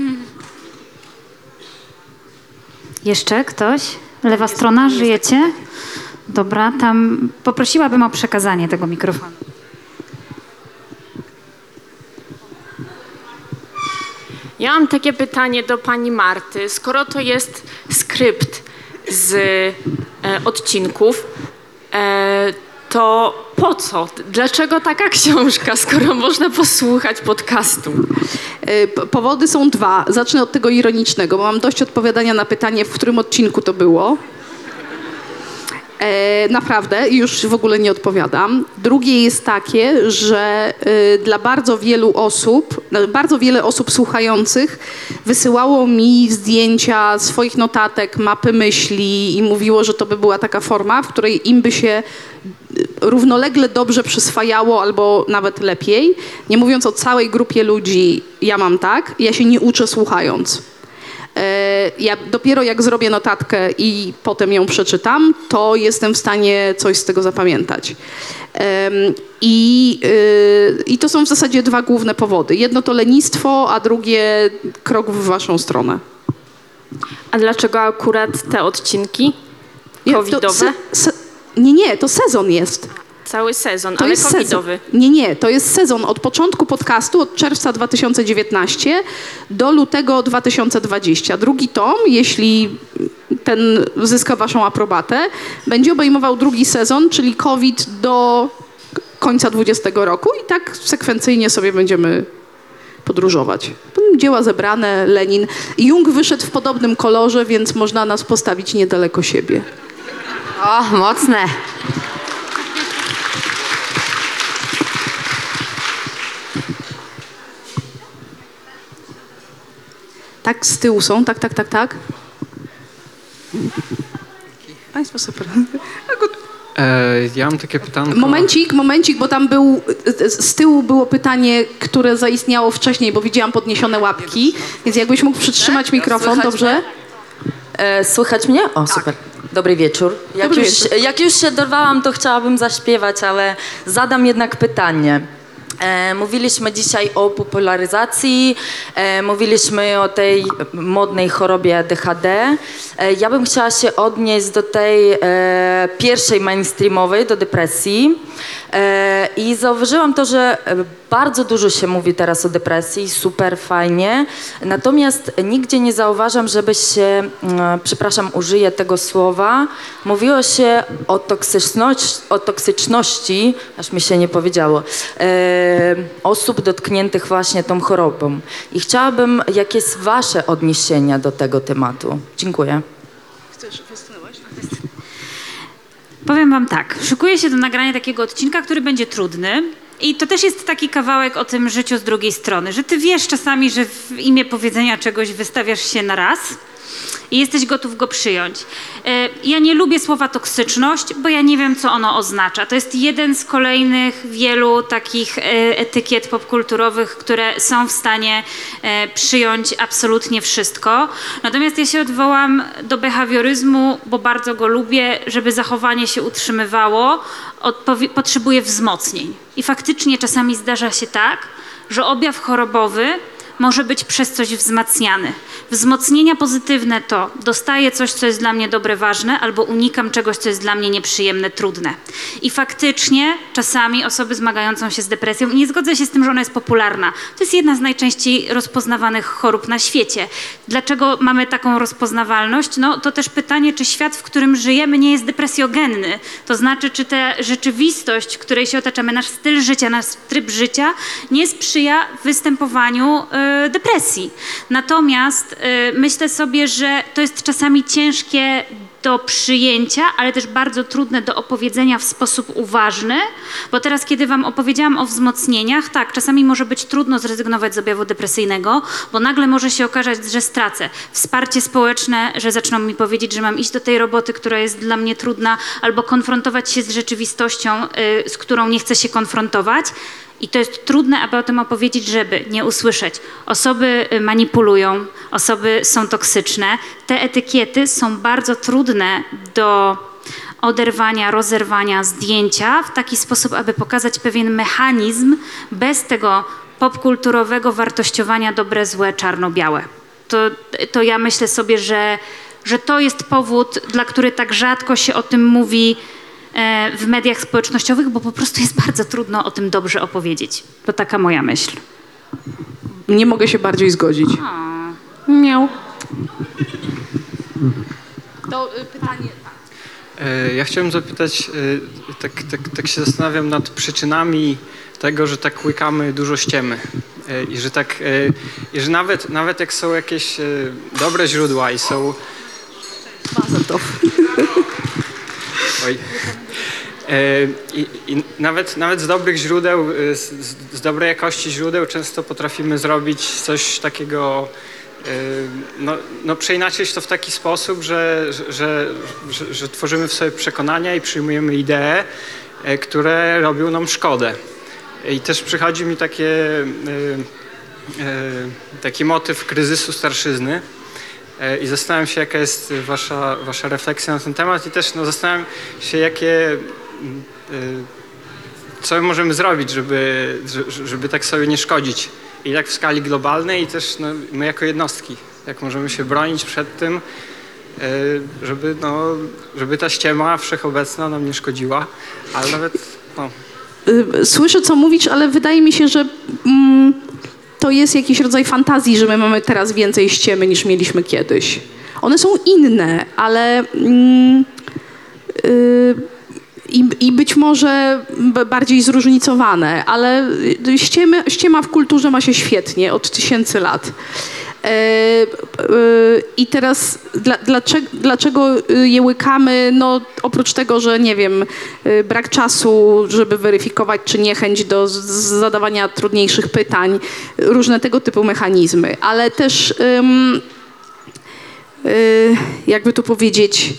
Jeszcze ktoś? Lewa strona, żyjecie? Dobra, tam poprosiłabym o przekazanie tego mikrofonu. Ja mam takie pytanie do pani Marty. Skoro to jest skrypt z e, odcinków, e, to po co? Dlaczego taka książka, skoro można posłuchać podcastu? Yy, p- powody są dwa. Zacznę od tego ironicznego, bo mam dość odpowiadania na pytanie, w którym odcinku to było. E, naprawdę, już w ogóle nie odpowiadam. Drugie jest takie, że y, dla bardzo wielu osób, no, bardzo wiele osób słuchających wysyłało mi zdjęcia swoich notatek, mapy myśli i mówiło, że to by była taka forma, w której im by się równolegle dobrze przyswajało albo nawet lepiej. Nie mówiąc o całej grupie ludzi, ja mam tak, ja się nie uczę słuchając. Ja dopiero jak zrobię notatkę i potem ją przeczytam, to jestem w stanie coś z tego zapamiętać. I, i to są w zasadzie dwa główne powody. Jedno to lenistwo, a drugie krok w waszą stronę. A dlaczego akurat te odcinki Nie, to covidowe? se, se, nie, nie, to sezon jest. Cały sezon, To ale jest covidowy. sezon. Nie, nie, to jest sezon od początku podcastu, od czerwca dwa tysiące dziewiętnastego do lutego dwa tysiące dwudziestego. Drugi tom, jeśli ten zyska waszą aprobatę, będzie obejmował drugi sezon, czyli COVID do końca dwudziestego roku i tak sekwencyjnie sobie będziemy podróżować. dzieła zebrane, Lenin. Jung wyszedł w podobnym kolorze, więc można nas postawić niedaleko siebie. O, mocne. Tak, z tyłu są, tak, tak, tak, tak. Państwo super. E, ja mam takie pytanko. Momencik, momencik, bo tam był, z tyłu było pytanie, które zaistniało wcześniej, bo widziałam podniesione łapki, więc jakbyś mógł przytrzymać mikrofon, Słychać dobrze? mnie? E, słychać mnie? O, super. Dobry wieczór. Jak, Dobry już, wieczór. jak już się dorwałam, to chciałabym zaśpiewać, ale zadam jednak pytanie. E, mówiliśmy dzisiaj o popularyzacji, e, mówiliśmy o tej modnej chorobie D H D. E, ja bym chciała się odnieść do tej e, pierwszej mainstreamowej, do depresji. E, I zauważyłam to, że bardzo dużo się mówi teraz o depresji, super, fajnie. Natomiast nigdzie nie zauważam, żeby się, e, przepraszam, użyję tego słowa, mówiło się o toksyczności, o toksyczności, aż mi się nie powiedziało, e, osób dotkniętych właśnie tą chorobą. I chciałabym, jakie jest wasze odniesienia do tego tematu. Dziękuję. Chcesz, wysnęłaś? Powiem wam tak, szykuję się do nagrania takiego odcinka, który będzie trudny. I to też jest taki kawałek o tym życiu z drugiej strony, że ty wiesz czasami, że w imię powiedzenia czegoś wystawiasz się na raz i jesteś gotów go przyjąć. E, Ja nie lubię słowa toksyczność, bo ja nie wiem, co ono oznacza. To jest jeden z kolejnych wielu takich e, etykiet popkulturowych, które są w stanie e, przyjąć absolutnie wszystko. Natomiast ja się odwołam do behawioryzmu, bo bardzo go lubię, żeby zachowanie się utrzymywało, odpowie- potrzebuje wzmocnień. I faktycznie czasami zdarza się tak, że objaw chorobowy może być przez coś wzmacniany. Wzmocnienia pozytywne to dostaję coś, co jest dla mnie dobre, ważne, albo unikam czegoś, co jest dla mnie nieprzyjemne, trudne. I faktycznie czasami osoby zmagającą się z depresją, i nie zgodzę się z tym, że ona jest popularna, to jest jedna z najczęściej rozpoznawanych chorób na świecie. Dlaczego mamy taką rozpoznawalność? No to też pytanie, czy świat, w którym żyjemy, nie jest depresjogenny. To znaczy, czy ta rzeczywistość, której się otaczamy, nasz styl życia, nasz tryb życia nie sprzyja występowaniu yy, depresji. Natomiast y, myślę sobie, że to jest czasami ciężkie do przyjęcia, ale też bardzo trudne do opowiedzenia w sposób uważny, bo teraz, kiedy wam opowiedziałam o wzmocnieniach, tak, czasami może być trudno zrezygnować z objawu depresyjnego, bo nagle może się okazać, że stracę wsparcie społeczne, że zaczną mi powiedzieć, że mam iść do tej roboty, która jest dla mnie trudna, albo konfrontować się z rzeczywistością, y, z którą nie chcę się konfrontować. I to jest trudne, aby o tym opowiedzieć, żeby nie usłyszeć. Osoby manipulują, osoby są toksyczne. Te etykiety są bardzo trudne do oderwania, rozerwania, zdjęcia w taki sposób, aby pokazać pewien mechanizm bez tego popkulturowego wartościowania dobre, złe, czarno-białe. To, to ja myślę sobie, że, że to jest powód, dla którego tak rzadko się o tym mówi w mediach społecznościowych, bo po prostu jest bardzo trudno o tym dobrze opowiedzieć. To taka moja myśl. Nie mogę się bardziej zgodzić. Miał. To y, pytanie... E, ja chciałem zapytać, e, tak, tak, tak się zastanawiam nad przyczynami tego, że tak łykamy dużo ściemy. E, I że tak, e, i że nawet, nawet jak są jakieś e, dobre źródła i są... Oj. E, I, i nawet, nawet z dobrych źródeł, z, z dobrej jakości źródeł często potrafimy zrobić coś takiego, e, no, no przeinaczyć to w taki sposób, że, że, że, że tworzymy w sobie przekonania i przyjmujemy idee, e, które robią nam szkodę. I też przychodzi mi takie, e, e, taki motyw kryzysu starszyzny. I zastanawiam się, jaka jest wasza, wasza refleksja na ten temat i też no, zastanawiam się, jakie, co my możemy zrobić, żeby, żeby tak sobie nie szkodzić. I tak w skali globalnej i też no, my jako jednostki, jak możemy się bronić przed tym, żeby, no, żeby ta ściema wszechobecna nam nie szkodziła, ale nawet... No. Słyszę, co mówisz, ale wydaje mi się, że... Mm, to jest jakiś rodzaj fantazji, że my mamy teraz więcej ściemy niż mieliśmy kiedyś. One są inne, ale mm, yy, i, i być może b- bardziej zróżnicowane, ale ściemy, ściema w kulturze ma się świetnie od tysięcy lat. E, e, I teraz dla, dlaczego, dlaczego je łykamy? No oprócz tego, że nie wiem, brak czasu, żeby weryfikować, czy niechęć do z- zadawania trudniejszych pytań, różne tego typu mechanizmy, ale też ym, y, jakby to powiedzieć,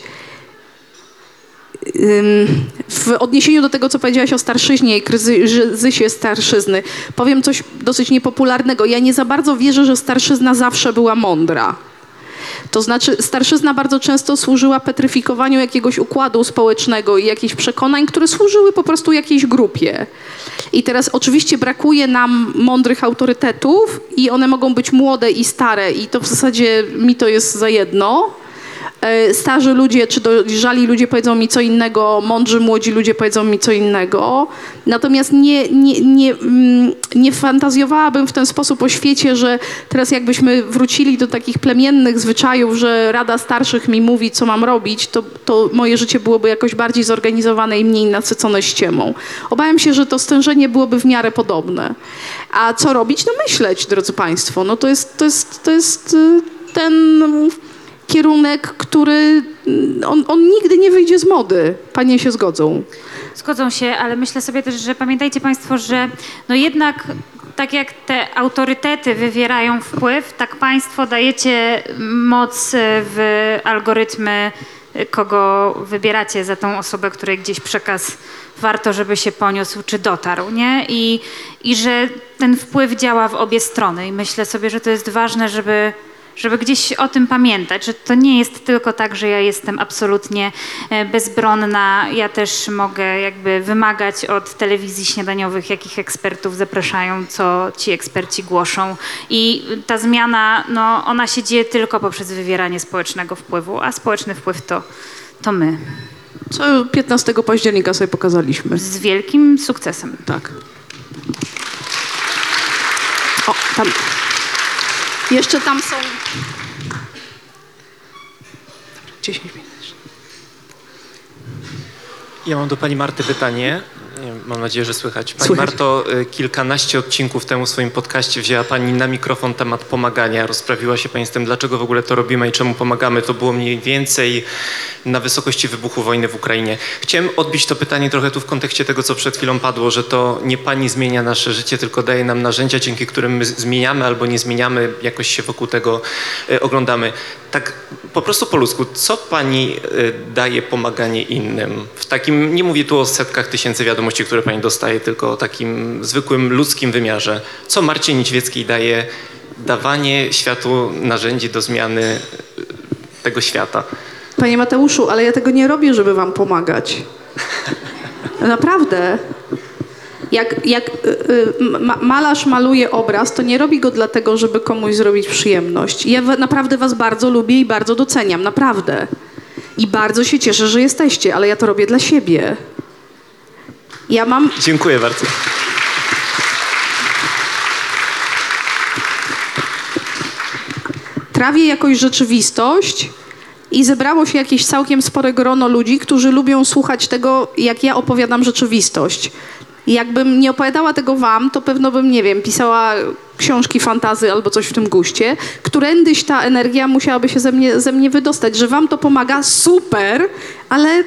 w odniesieniu do tego, co powiedziałaś o starszyźnie i kryzysie starszyzny, powiem coś dosyć niepopularnego. Ja nie za bardzo wierzę, że starszyzna zawsze była mądra. To znaczy starszyzna bardzo często służyła petryfikowaniu jakiegoś układu społecznego i jakichś przekonań, które służyły po prostu jakiejś grupie. I teraz oczywiście brakuje nam mądrych autorytetów i one mogą być młode i stare i to w zasadzie mi to jest za jedno. Starzy ludzie czy dojrzali ludzie powiedzą mi co innego, mądrzy młodzi ludzie powiedzą mi co innego. Natomiast nie, nie, nie, nie fantazjowałabym w ten sposób o świecie, że teraz jakbyśmy wrócili do takich plemiennych zwyczajów, że Rada Starszych mi mówi, co mam robić, to, to moje życie byłoby jakoś bardziej zorganizowane i mniej nasycone ściemą. Obawiam się, że to stężenie byłoby w miarę podobne. A co robić? No myśleć, drodzy Państwo. No to jest, to jest, to jest ten kierunek, który on, on nigdy nie wyjdzie z mody. Panie się zgodzą. Zgodzą się, ale myślę sobie też, że pamiętajcie Państwo, że no jednak tak jak te autorytety wywierają wpływ, tak Państwo dajecie moc w algorytmy, kogo wybieracie za tą osobę, której gdzieś przekaz warto, żeby się poniósł czy dotarł, nie? I, i że ten wpływ działa w obie strony i myślę sobie, że to jest ważne, żeby żeby gdzieś o tym pamiętać, że to nie jest tylko tak, że ja jestem absolutnie bezbronna. Ja też mogę jakby wymagać od telewizji śniadaniowych, jakich ekspertów zapraszają, co ci eksperci głoszą. I ta zmiana, no, ona się dzieje tylko poprzez wywieranie społecznego wpływu, a społeczny wpływ to, to my. Co piętnastego października sobie pokazaliśmy. Z wielkim sukcesem. Tak. O, tam... Jeszcze tam są... dziesięć minut. Ja mam do pani Marty pytanie. Mam nadzieję, że słychać. Pani Słychać. Marto, kilkanaście odcinków temu w swoim podcaście wzięła pani na mikrofon temat pomagania. Rozprawiła się pani z tym, dlaczego w ogóle to robimy i czemu pomagamy. To było mniej więcej na wysokości wybuchu wojny w Ukrainie. Chciałem odbić to pytanie trochę tu w kontekście tego, co przed chwilą padło, że to nie pani zmienia nasze życie, tylko daje nam narzędzia, dzięki którym my zmieniamy albo nie zmieniamy, jakoś się wokół tego y, oglądamy. Tak po prostu po ludzku, co pani y, daje pomaganie innym? W takim, nie mówię tu o setkach tysięcy wiadomości, które pani dostaje, tylko o takim zwykłym ludzkim wymiarze. Co Marcie Niedźwieckiej daje dawanie światu narzędzi do zmiany y, tego świata? Panie Mateuszu, ale ja tego nie robię, żeby wam pomagać. Naprawdę. Jak, jak y, y, ma, malarz maluje obraz, to nie robi go dlatego, żeby komuś zrobić przyjemność. Ja w, naprawdę was bardzo lubię i bardzo doceniam, naprawdę. I bardzo się cieszę, że jesteście, ale ja to robię dla siebie. Ja mam... Dziękuję bardzo. Trawię jakoś rzeczywistość i zebrało się jakieś całkiem spore grono ludzi, którzy lubią słuchać tego, jak ja opowiadam rzeczywistość. I jakbym nie opowiadała tego wam, to pewno bym, nie wiem, pisała książki fantasy albo coś w tym guście. Którędyś ta energia musiałaby się ze mnie, ze mnie wydostać. Że wam to pomaga, super, ale...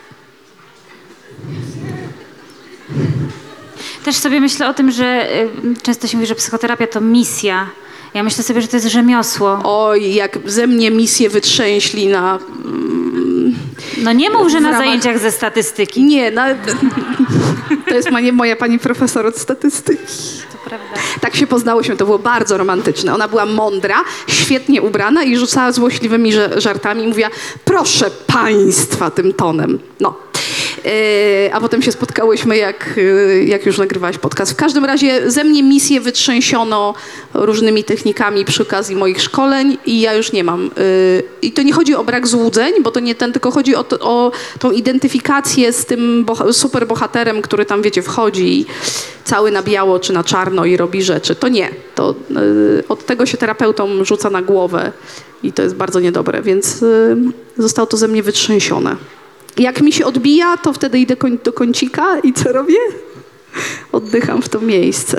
Też sobie myślę o tym, że y, często się mówi, że psychoterapia to misja. Ja myślę sobie, że to jest rzemiosło. Oj, jak ze mnie misję wytrzęśli na... Mm, no nie mów, że na ramach... zajęciach ze statystyki. Nie, na... to jest moja, moja pani profesor od statystyki. To prawda. Tak się poznałyśmy, to było bardzo romantyczne. Ona była mądra, świetnie ubrana i rzucała złośliwymi żartami i mówiła, proszę państwa, tym tonem. No. Yy, a potem się spotkałyśmy, jak, yy, jak już nagrywałaś podcast. W każdym razie ze mnie misję wytrzęsiono różnymi technikami przy okazji moich szkoleń i ja już nie mam. Yy, I to nie chodzi o brak złudzeń, bo to nie ten, tylko chodzi o, to, o tą identyfikację z tym boha- superbohaterem, który tam, wiecie, wchodzi cały na biało czy na czarno i robi rzeczy. To nie. To, yy, od tego się terapeutom rzuca na głowę i to jest bardzo niedobre, więc yy, zostało to ze mnie wytrzęsione. Jak mi się odbija, to wtedy idę koń, do kącika i co robię? Oddycham w to miejsce.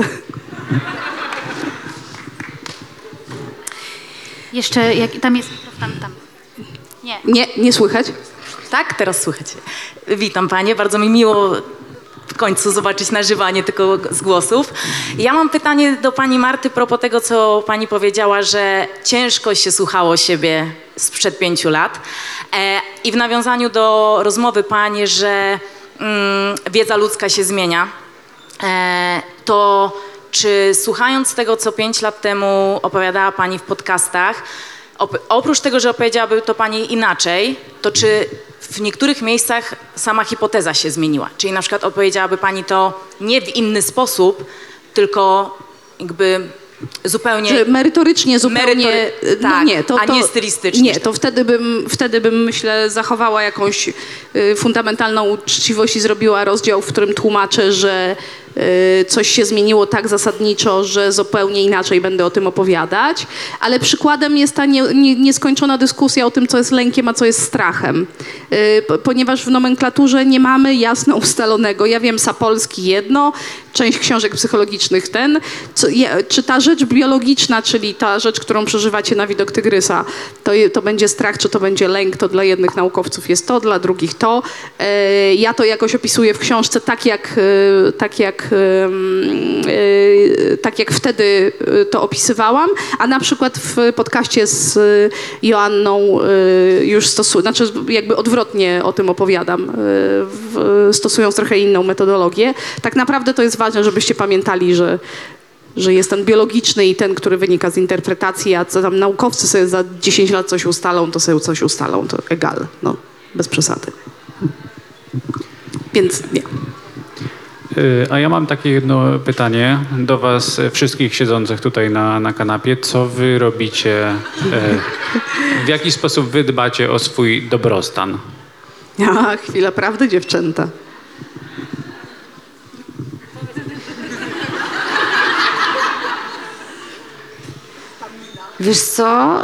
Jeszcze, jak, tam jest mikrofon, tam, tam. Nie. Nie, nie słychać. Tak, teraz słychać. Witam Panie, bardzo mi miło w końcu zobaczyć na żywo, a nie tylko z głosów. Ja mam pytanie do Pani Marty propos tego, co Pani powiedziała, że ciężko się słuchało siebie sprzed pięciu lat. E, I w nawiązaniu do rozmowy Pani, że mm, wiedza ludzka się zmienia, e, to czy słuchając tego, co pięć lat temu opowiadała Pani w podcastach, op- oprócz tego, że opowiedziałaby to Pani inaczej, to czy w niektórych miejscach sama hipoteza się zmieniła? Czyli na przykład opowiedziałaby Pani to nie w inny sposób, tylko jakby zupełnie... Że merytorycznie zupełnie... Merytory... no tak, nie, to, a to, nie stylistycznie. Nie, to wtedy bym, wtedy bym, myślę, zachowała jakąś y, fundamentalną uczciwość i zrobiła rozdział, w którym tłumaczę, że y, coś się zmieniło tak zasadniczo, że zupełnie inaczej będę o tym opowiadać. Ale przykładem jest ta nie, nie, nieskończona dyskusja o tym, co jest lękiem, a co jest strachem. Y, po, ponieważ w nomenklaturze nie mamy jasno ustalonego. Ja wiem, Sapolski jedno, część książek psychologicznych ten. Co, je, czy ta rzecz biologiczna, czyli ta rzecz, którą przeżywacie na widok tygrysa, to, je, to będzie strach, czy to będzie lęk, to dla jednych naukowców jest to, dla drugich to. E, ja to jakoś opisuję w książce tak, jak, e, tak, jak, e, e, tak jak wtedy to opisywałam, a na przykład w podcaście z Joanną e, już stosuję, znaczy jakby odwrotnie o tym opowiadam, e, w, stosując trochę inną metodologię. Tak naprawdę to jest ważne, żebyście pamiętali, że że jest ten biologiczny i ten, który wynika z interpretacji, a co tam naukowcy sobie za dziesięć lat coś ustalą, to sobie coś ustalą, to egal, no, bez przesady. Więc nie. A ja mam takie jedno pytanie do was wszystkich siedzących tutaj na, na kanapie. Co wy robicie, w jaki sposób wy dbacie o swój dobrostan? A, chwila prawdy, dziewczęta. Wiesz co?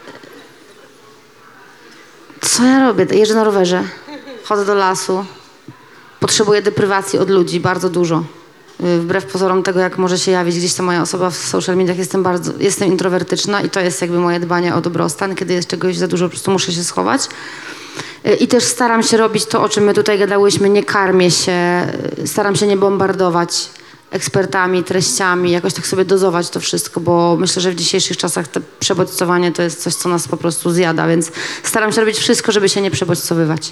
Co ja robię? Jeżdżę na rowerze, chodzę do lasu, potrzebuję deprywacji od ludzi, bardzo dużo. Wbrew pozorom tego, jak może się jawić gdzieś ta moja osoba w social mediach, jestem bardzo, jestem introwertyczna i to jest jakby moje dbanie o dobrostan. Kiedy jest czegoś za dużo, po prostu muszę się schować. I też staram się robić to, o czym my tutaj gadałyśmy, nie karmię się, staram się nie bombardować ekspertami, treściami, jakoś tak sobie dozować to wszystko, bo myślę, że w dzisiejszych czasach to przebodźcowanie to jest coś, co nas po prostu zjada, więc staram się robić wszystko, żeby się nie przebodźcowywać.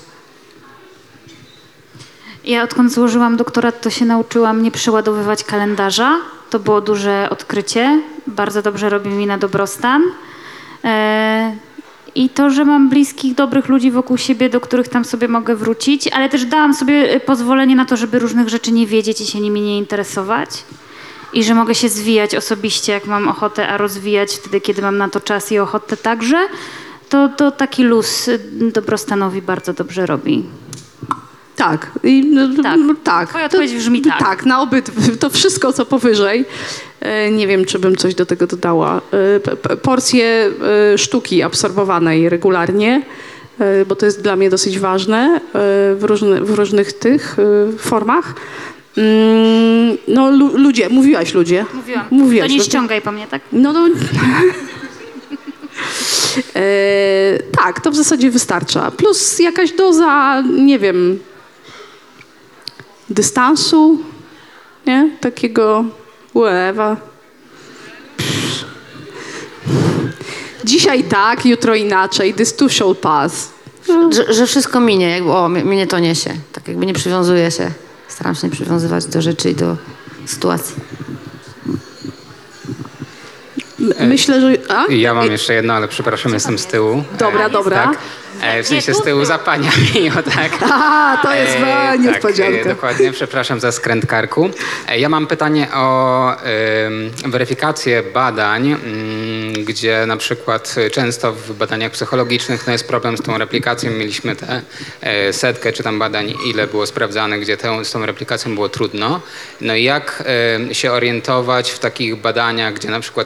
Ja odkąd złożyłam doktorat, to się nauczyłam nie przeładowywać kalendarza. To było duże odkrycie. Bardzo dobrze robi mi na dobrostan. E- I to, że mam bliskich, dobrych ludzi wokół siebie, do których tam sobie mogę wrócić, ale też dałam sobie pozwolenie na to, żeby różnych rzeczy nie wiedzieć i się nimi nie interesować. I że mogę się zwijać osobiście, jak mam ochotę, a rozwijać wtedy, kiedy mam na to czas i ochotę także. To, to taki luz dobrostanowi bardzo dobrze robi. Tak. I, no, tak. tak. Twoja odpowiedź brzmi tak. Tak, na obydwu. To wszystko, co powyżej. Nie wiem, czy bym coś do tego dodała. Porcje sztuki absorbowanej regularnie, bo to jest dla mnie dosyć ważne w, różny, w różnych tych formach. No lu, ludzie, mówiłaś ludzie. Mówiłam. Mówiłaś, to nie no, ściągaj po mnie, tak? No, no. e, tak, to w zasadzie wystarcza. Plus jakaś doza, nie wiem, dystansu, nie? Takiego whatever. Dzisiaj tak, jutro inaczej. This too shall pass. Że, że wszystko minie, jakby, o, mnie to niesie. Tak jakby nie przywiązuje się. Staram się nie przywiązywać do rzeczy i do sytuacji. Myślę, że... A? Ja mam jeszcze jedno, ale przepraszam, jestem z tyłu. Dobra, dobra. Tak. W sensie z tyłu za paniami, o tak. A, to jest e, niespodzianka. Tak, dokładnie, przepraszam za skręt karku. Ja mam pytanie o y, weryfikację badań, y, gdzie na przykład często w badaniach psychologicznych no jest problem z tą replikacją. Mieliśmy tę y, setkę czy tam badań, ile było sprawdzane, gdzie tę, z tą replikacją było trudno. No i jak y, się orientować w takich badaniach, gdzie na przykład jeszcze dyskusja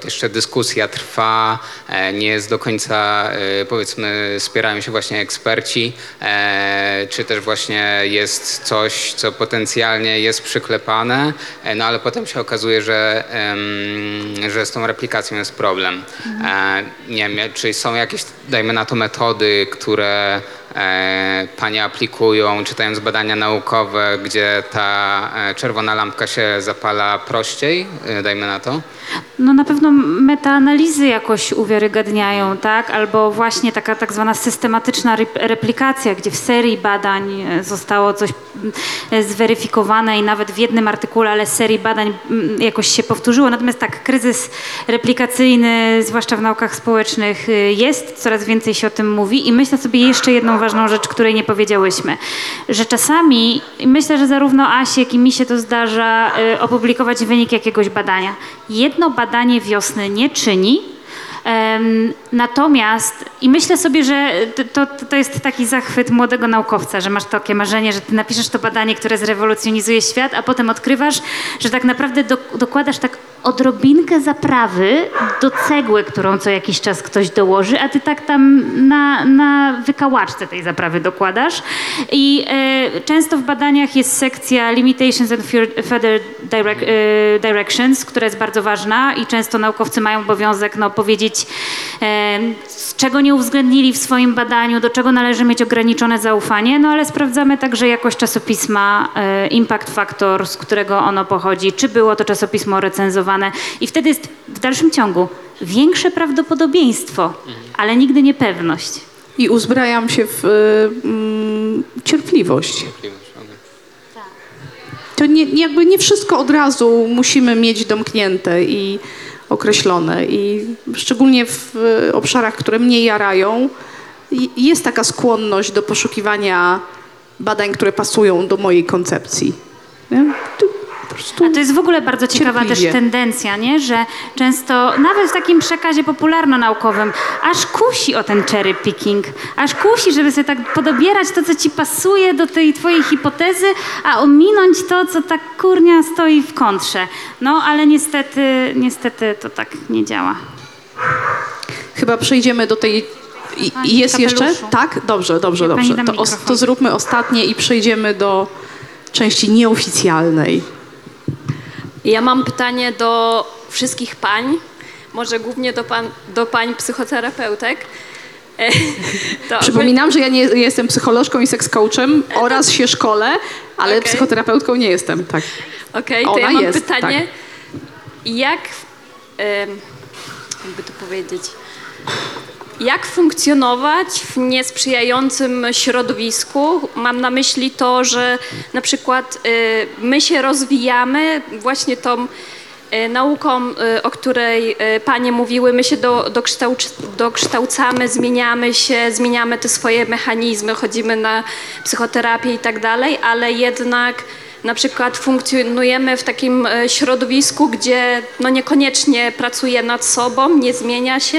dyskusja trwa, e, nie jest do końca, e, powiedzmy, spierają się właśnie eksperci, e, czy też właśnie jest coś, co potencjalnie jest przyklepane, e, no ale potem się okazuje, że, em, że z tą replikacją jest problem. E, nie wiem, czy są jakieś, dajmy na to, metody, które e, panie aplikują, czytając badania naukowe, gdzie ta e, czerwona lampka się zapala prościej, e, dajmy na to? No na pewno metaanalizy jakoś uwiarygadniają, tak? Albo właśnie taka tak zwana systematyczna rep- replikacja, gdzie w serii badań e, zostało coś mm, zweryfikowane i nawet w jednym artykule, ale serii badań mm, jakoś się powtórzyło. Natomiast tak, kryzys replikacyjny, zwłaszcza w naukach społecznych, y, jest, coraz więcej się o tym mówi i myślę sobie jeszcze jedną ważną rzecz, której nie powiedziałyśmy, że czasami, i myślę, że zarówno Asi, jak i mi się to zdarza, y, opublikować wynik jakiegoś badania. Jedno badanie wiosny nie czyni, em, natomiast i myślę sobie, że to, to, to jest taki zachwyt młodego naukowca, że masz takie marzenie, że ty napiszesz to badanie, które zrewolucjonizuje świat, a potem odkrywasz, że tak naprawdę do, dokładasz tak odrobinkę zaprawy do cegły, którą co jakiś czas ktoś dołoży, a ty tak tam na, na wykałaczce tej zaprawy dokładasz. I e, często w badaniach jest sekcja Limitations and Further direct, e, Directions, która jest bardzo ważna i często naukowcy mają obowiązek no, powiedzieć, e, z czego nie uwzględnili w swoim badaniu, do czego należy mieć ograniczone zaufanie, no ale sprawdzamy także jakość czasopisma, e, impact factor, z którego ono pochodzi, czy było to czasopismo recenzowane. I wtedy jest w dalszym ciągu większe prawdopodobieństwo, ale nigdy nie pewność. I uzbrajam się w y, mm, cierpliwość. To nie, jakby nie wszystko od razu musimy mieć domknięte i określone. I szczególnie w y, obszarach, które mnie jarają, y, jest taka skłonność do poszukiwania badań, które pasują do mojej koncepcji. Nie? A to jest w ogóle bardzo ciekawa cierpliwie. też tendencja, nie? Że często nawet w takim przekazie popularno-naukowym aż kusi o ten cherry picking, aż kusi, żeby sobie tak podobierać to, co ci pasuje do tej twojej hipotezy, a ominąć to, co tak kurnia stoi w kontrze. No ale niestety, niestety to tak nie działa. Chyba przejdziemy do tej... I, i jest jeszcze? Tak? Dobrze, dobrze, Pani dobrze. da To, os, mikrofon. to zróbmy ostatnie i przejdziemy do części nieoficjalnej. Ja mam pytanie do wszystkich pań, może głównie do, pan, do pań psychoterapeutek. E, to Przypominam, że ja nie jestem psycholożką i seks coachem oraz się szkolę, ale Okay. psychoterapeutką nie jestem. Tak. Okej, to Ona ja mam jest, pytanie, tak. jak, em, jakby to powiedzieć, jak funkcjonować w niesprzyjającym środowisku? Mam na myśli to, że na przykład y, my się rozwijamy właśnie tą y, nauką, y, o której y, panie mówiły, my się do, dokształc, dokształcamy, zmieniamy się, zmieniamy te swoje mechanizmy, chodzimy na psychoterapię i tak dalej, ale jednak na przykład funkcjonujemy w takim y, środowisku, gdzie no niekoniecznie pracuje nad sobą, nie zmienia się,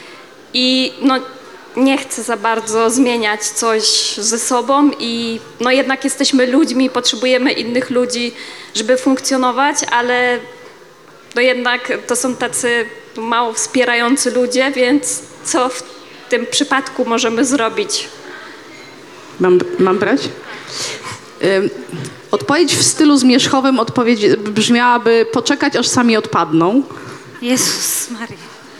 i no, nie chcę za bardzo zmieniać coś ze sobą i no jednak jesteśmy ludźmi, potrzebujemy innych ludzi, żeby funkcjonować, ale no jednak to są tacy mało wspierający ludzie, więc co w tym przypadku możemy zrobić? Mam, mam brać? Ym, odpowiedź w stylu zmierzchowym odpowiedź brzmiałaby poczekać, aż sami odpadną. Jezus Maria.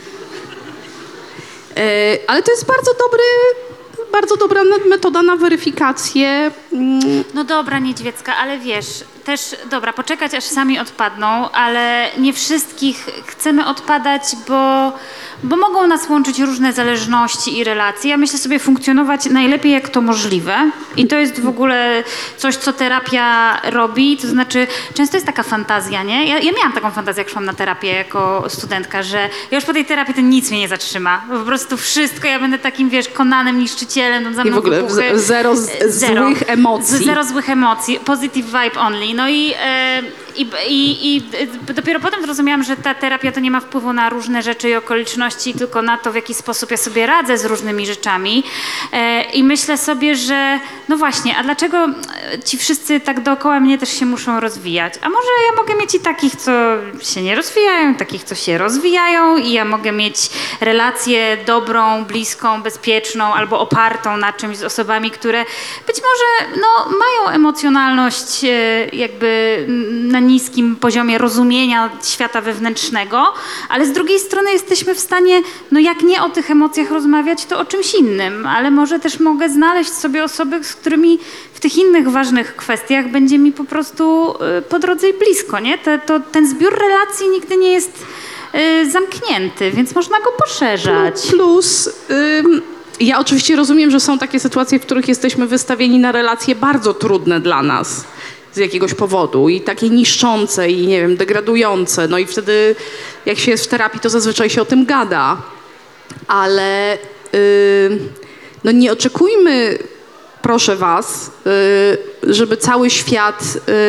Yy, ale to jest bardzo dobry, bardzo dobra metoda na weryfikację. Mm. No dobra, Niedźwiecka, ale wiesz, też, dobra, poczekać aż sami odpadną, ale nie wszystkich chcemy odpadać, bo, bo mogą nas łączyć różne zależności i relacje. Ja myślę sobie funkcjonować najlepiej, jak to możliwe i to jest w ogóle coś, co terapia robi, to znaczy często jest taka fantazja, nie? Ja, ja miałam taką fantazję, jak szłam na terapię jako studentka, że ja już po tej terapii to nic mnie nie zatrzyma. Po prostu wszystko, ja będę takim, wiesz, Konanem, niszczycielem, tam za mną I w ogóle wybuchy. zero z, Zero. złych emocji. Z, zero złych emocji, positive vibe only. No i, e, i, i, I dopiero potem zrozumiałam, że ta terapia to nie ma wpływu na różne rzeczy i okoliczności, tylko na to, w jaki sposób ja sobie radzę z różnymi rzeczami. I myślę sobie, że no właśnie, a dlaczego ci wszyscy tak dookoła mnie też się muszą rozwijać? A może ja mogę mieć i takich, co się nie rozwijają, takich, co się rozwijają i ja mogę mieć relację dobrą, bliską, bezpieczną albo opartą na czymś z osobami, które być może no, mają emocjonalność jakby na niskim poziomie rozumienia świata wewnętrznego, ale z drugiej strony jesteśmy w stanie, no jak nie o tych emocjach rozmawiać, to o czymś innym, ale może też mogę znaleźć sobie osoby, z którymi w tych innych ważnych kwestiach będzie mi po prostu po drodze i blisko, nie? To, to, ten zbiór relacji nigdy nie jest y, zamknięty, więc można go poszerzać. Plus, ym, ja oczywiście rozumiem, że są takie sytuacje, w których jesteśmy wystawieni na relacje bardzo trudne dla nas z jakiegoś powodu i takie niszczące i nie wiem, degradujące. No i wtedy jak się jest w terapii, to zazwyczaj się o tym gada. Ale yy, no nie oczekujmy, proszę was, yy, żeby cały świat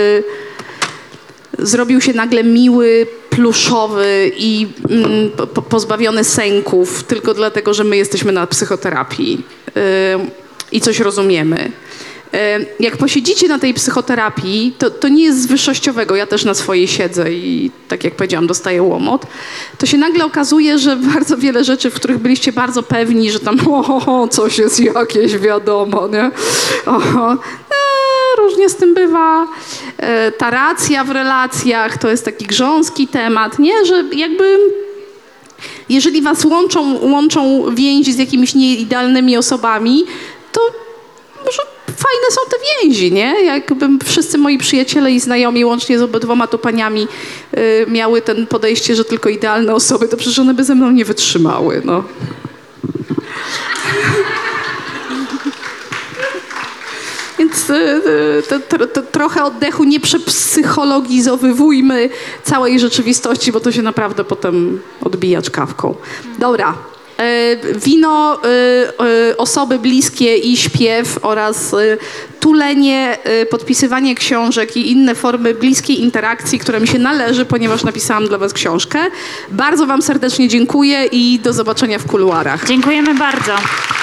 yy, zrobił się nagle miły, pluszowy i mm, po, pozbawiony sęków tylko dlatego, że my jesteśmy na psychoterapii yy, i coś rozumiemy. Jak posiedzicie na tej psychoterapii, to, to nie jest z wyższościowego, ja też na swojej siedzę i tak jak powiedziałam, dostaję łomot, to się nagle okazuje, że bardzo wiele rzeczy, w których byliście bardzo pewni, że tam o, coś jest jakieś wiadomo, nie? O, e, różnie z tym bywa. E, ta racja w relacjach to jest taki grząski temat, nie? Że jakby jeżeli was łączą, łączą więzi z jakimiś nieidealnymi osobami, to może fajne są te więzi, nie? Jakbym wszyscy moi przyjaciele i znajomi, łącznie z obydwoma to paniami, yy, miały ten podejście, że tylko idealne osoby, to przecież one by ze mną nie wytrzymały, no. Więc yy, to, to, to trochę oddechu, nie przepsychologizowywujmy całej rzeczywistości, bo to się naprawdę potem odbija czkawką. Dobra. Wino, osoby bliskie i śpiew oraz tulenie, podpisywanie książek i inne formy bliskiej interakcji, które mi się należy, ponieważ napisałam dla was książkę. Bardzo wam serdecznie dziękuję i do zobaczenia w kuluarach. Dziękujemy bardzo.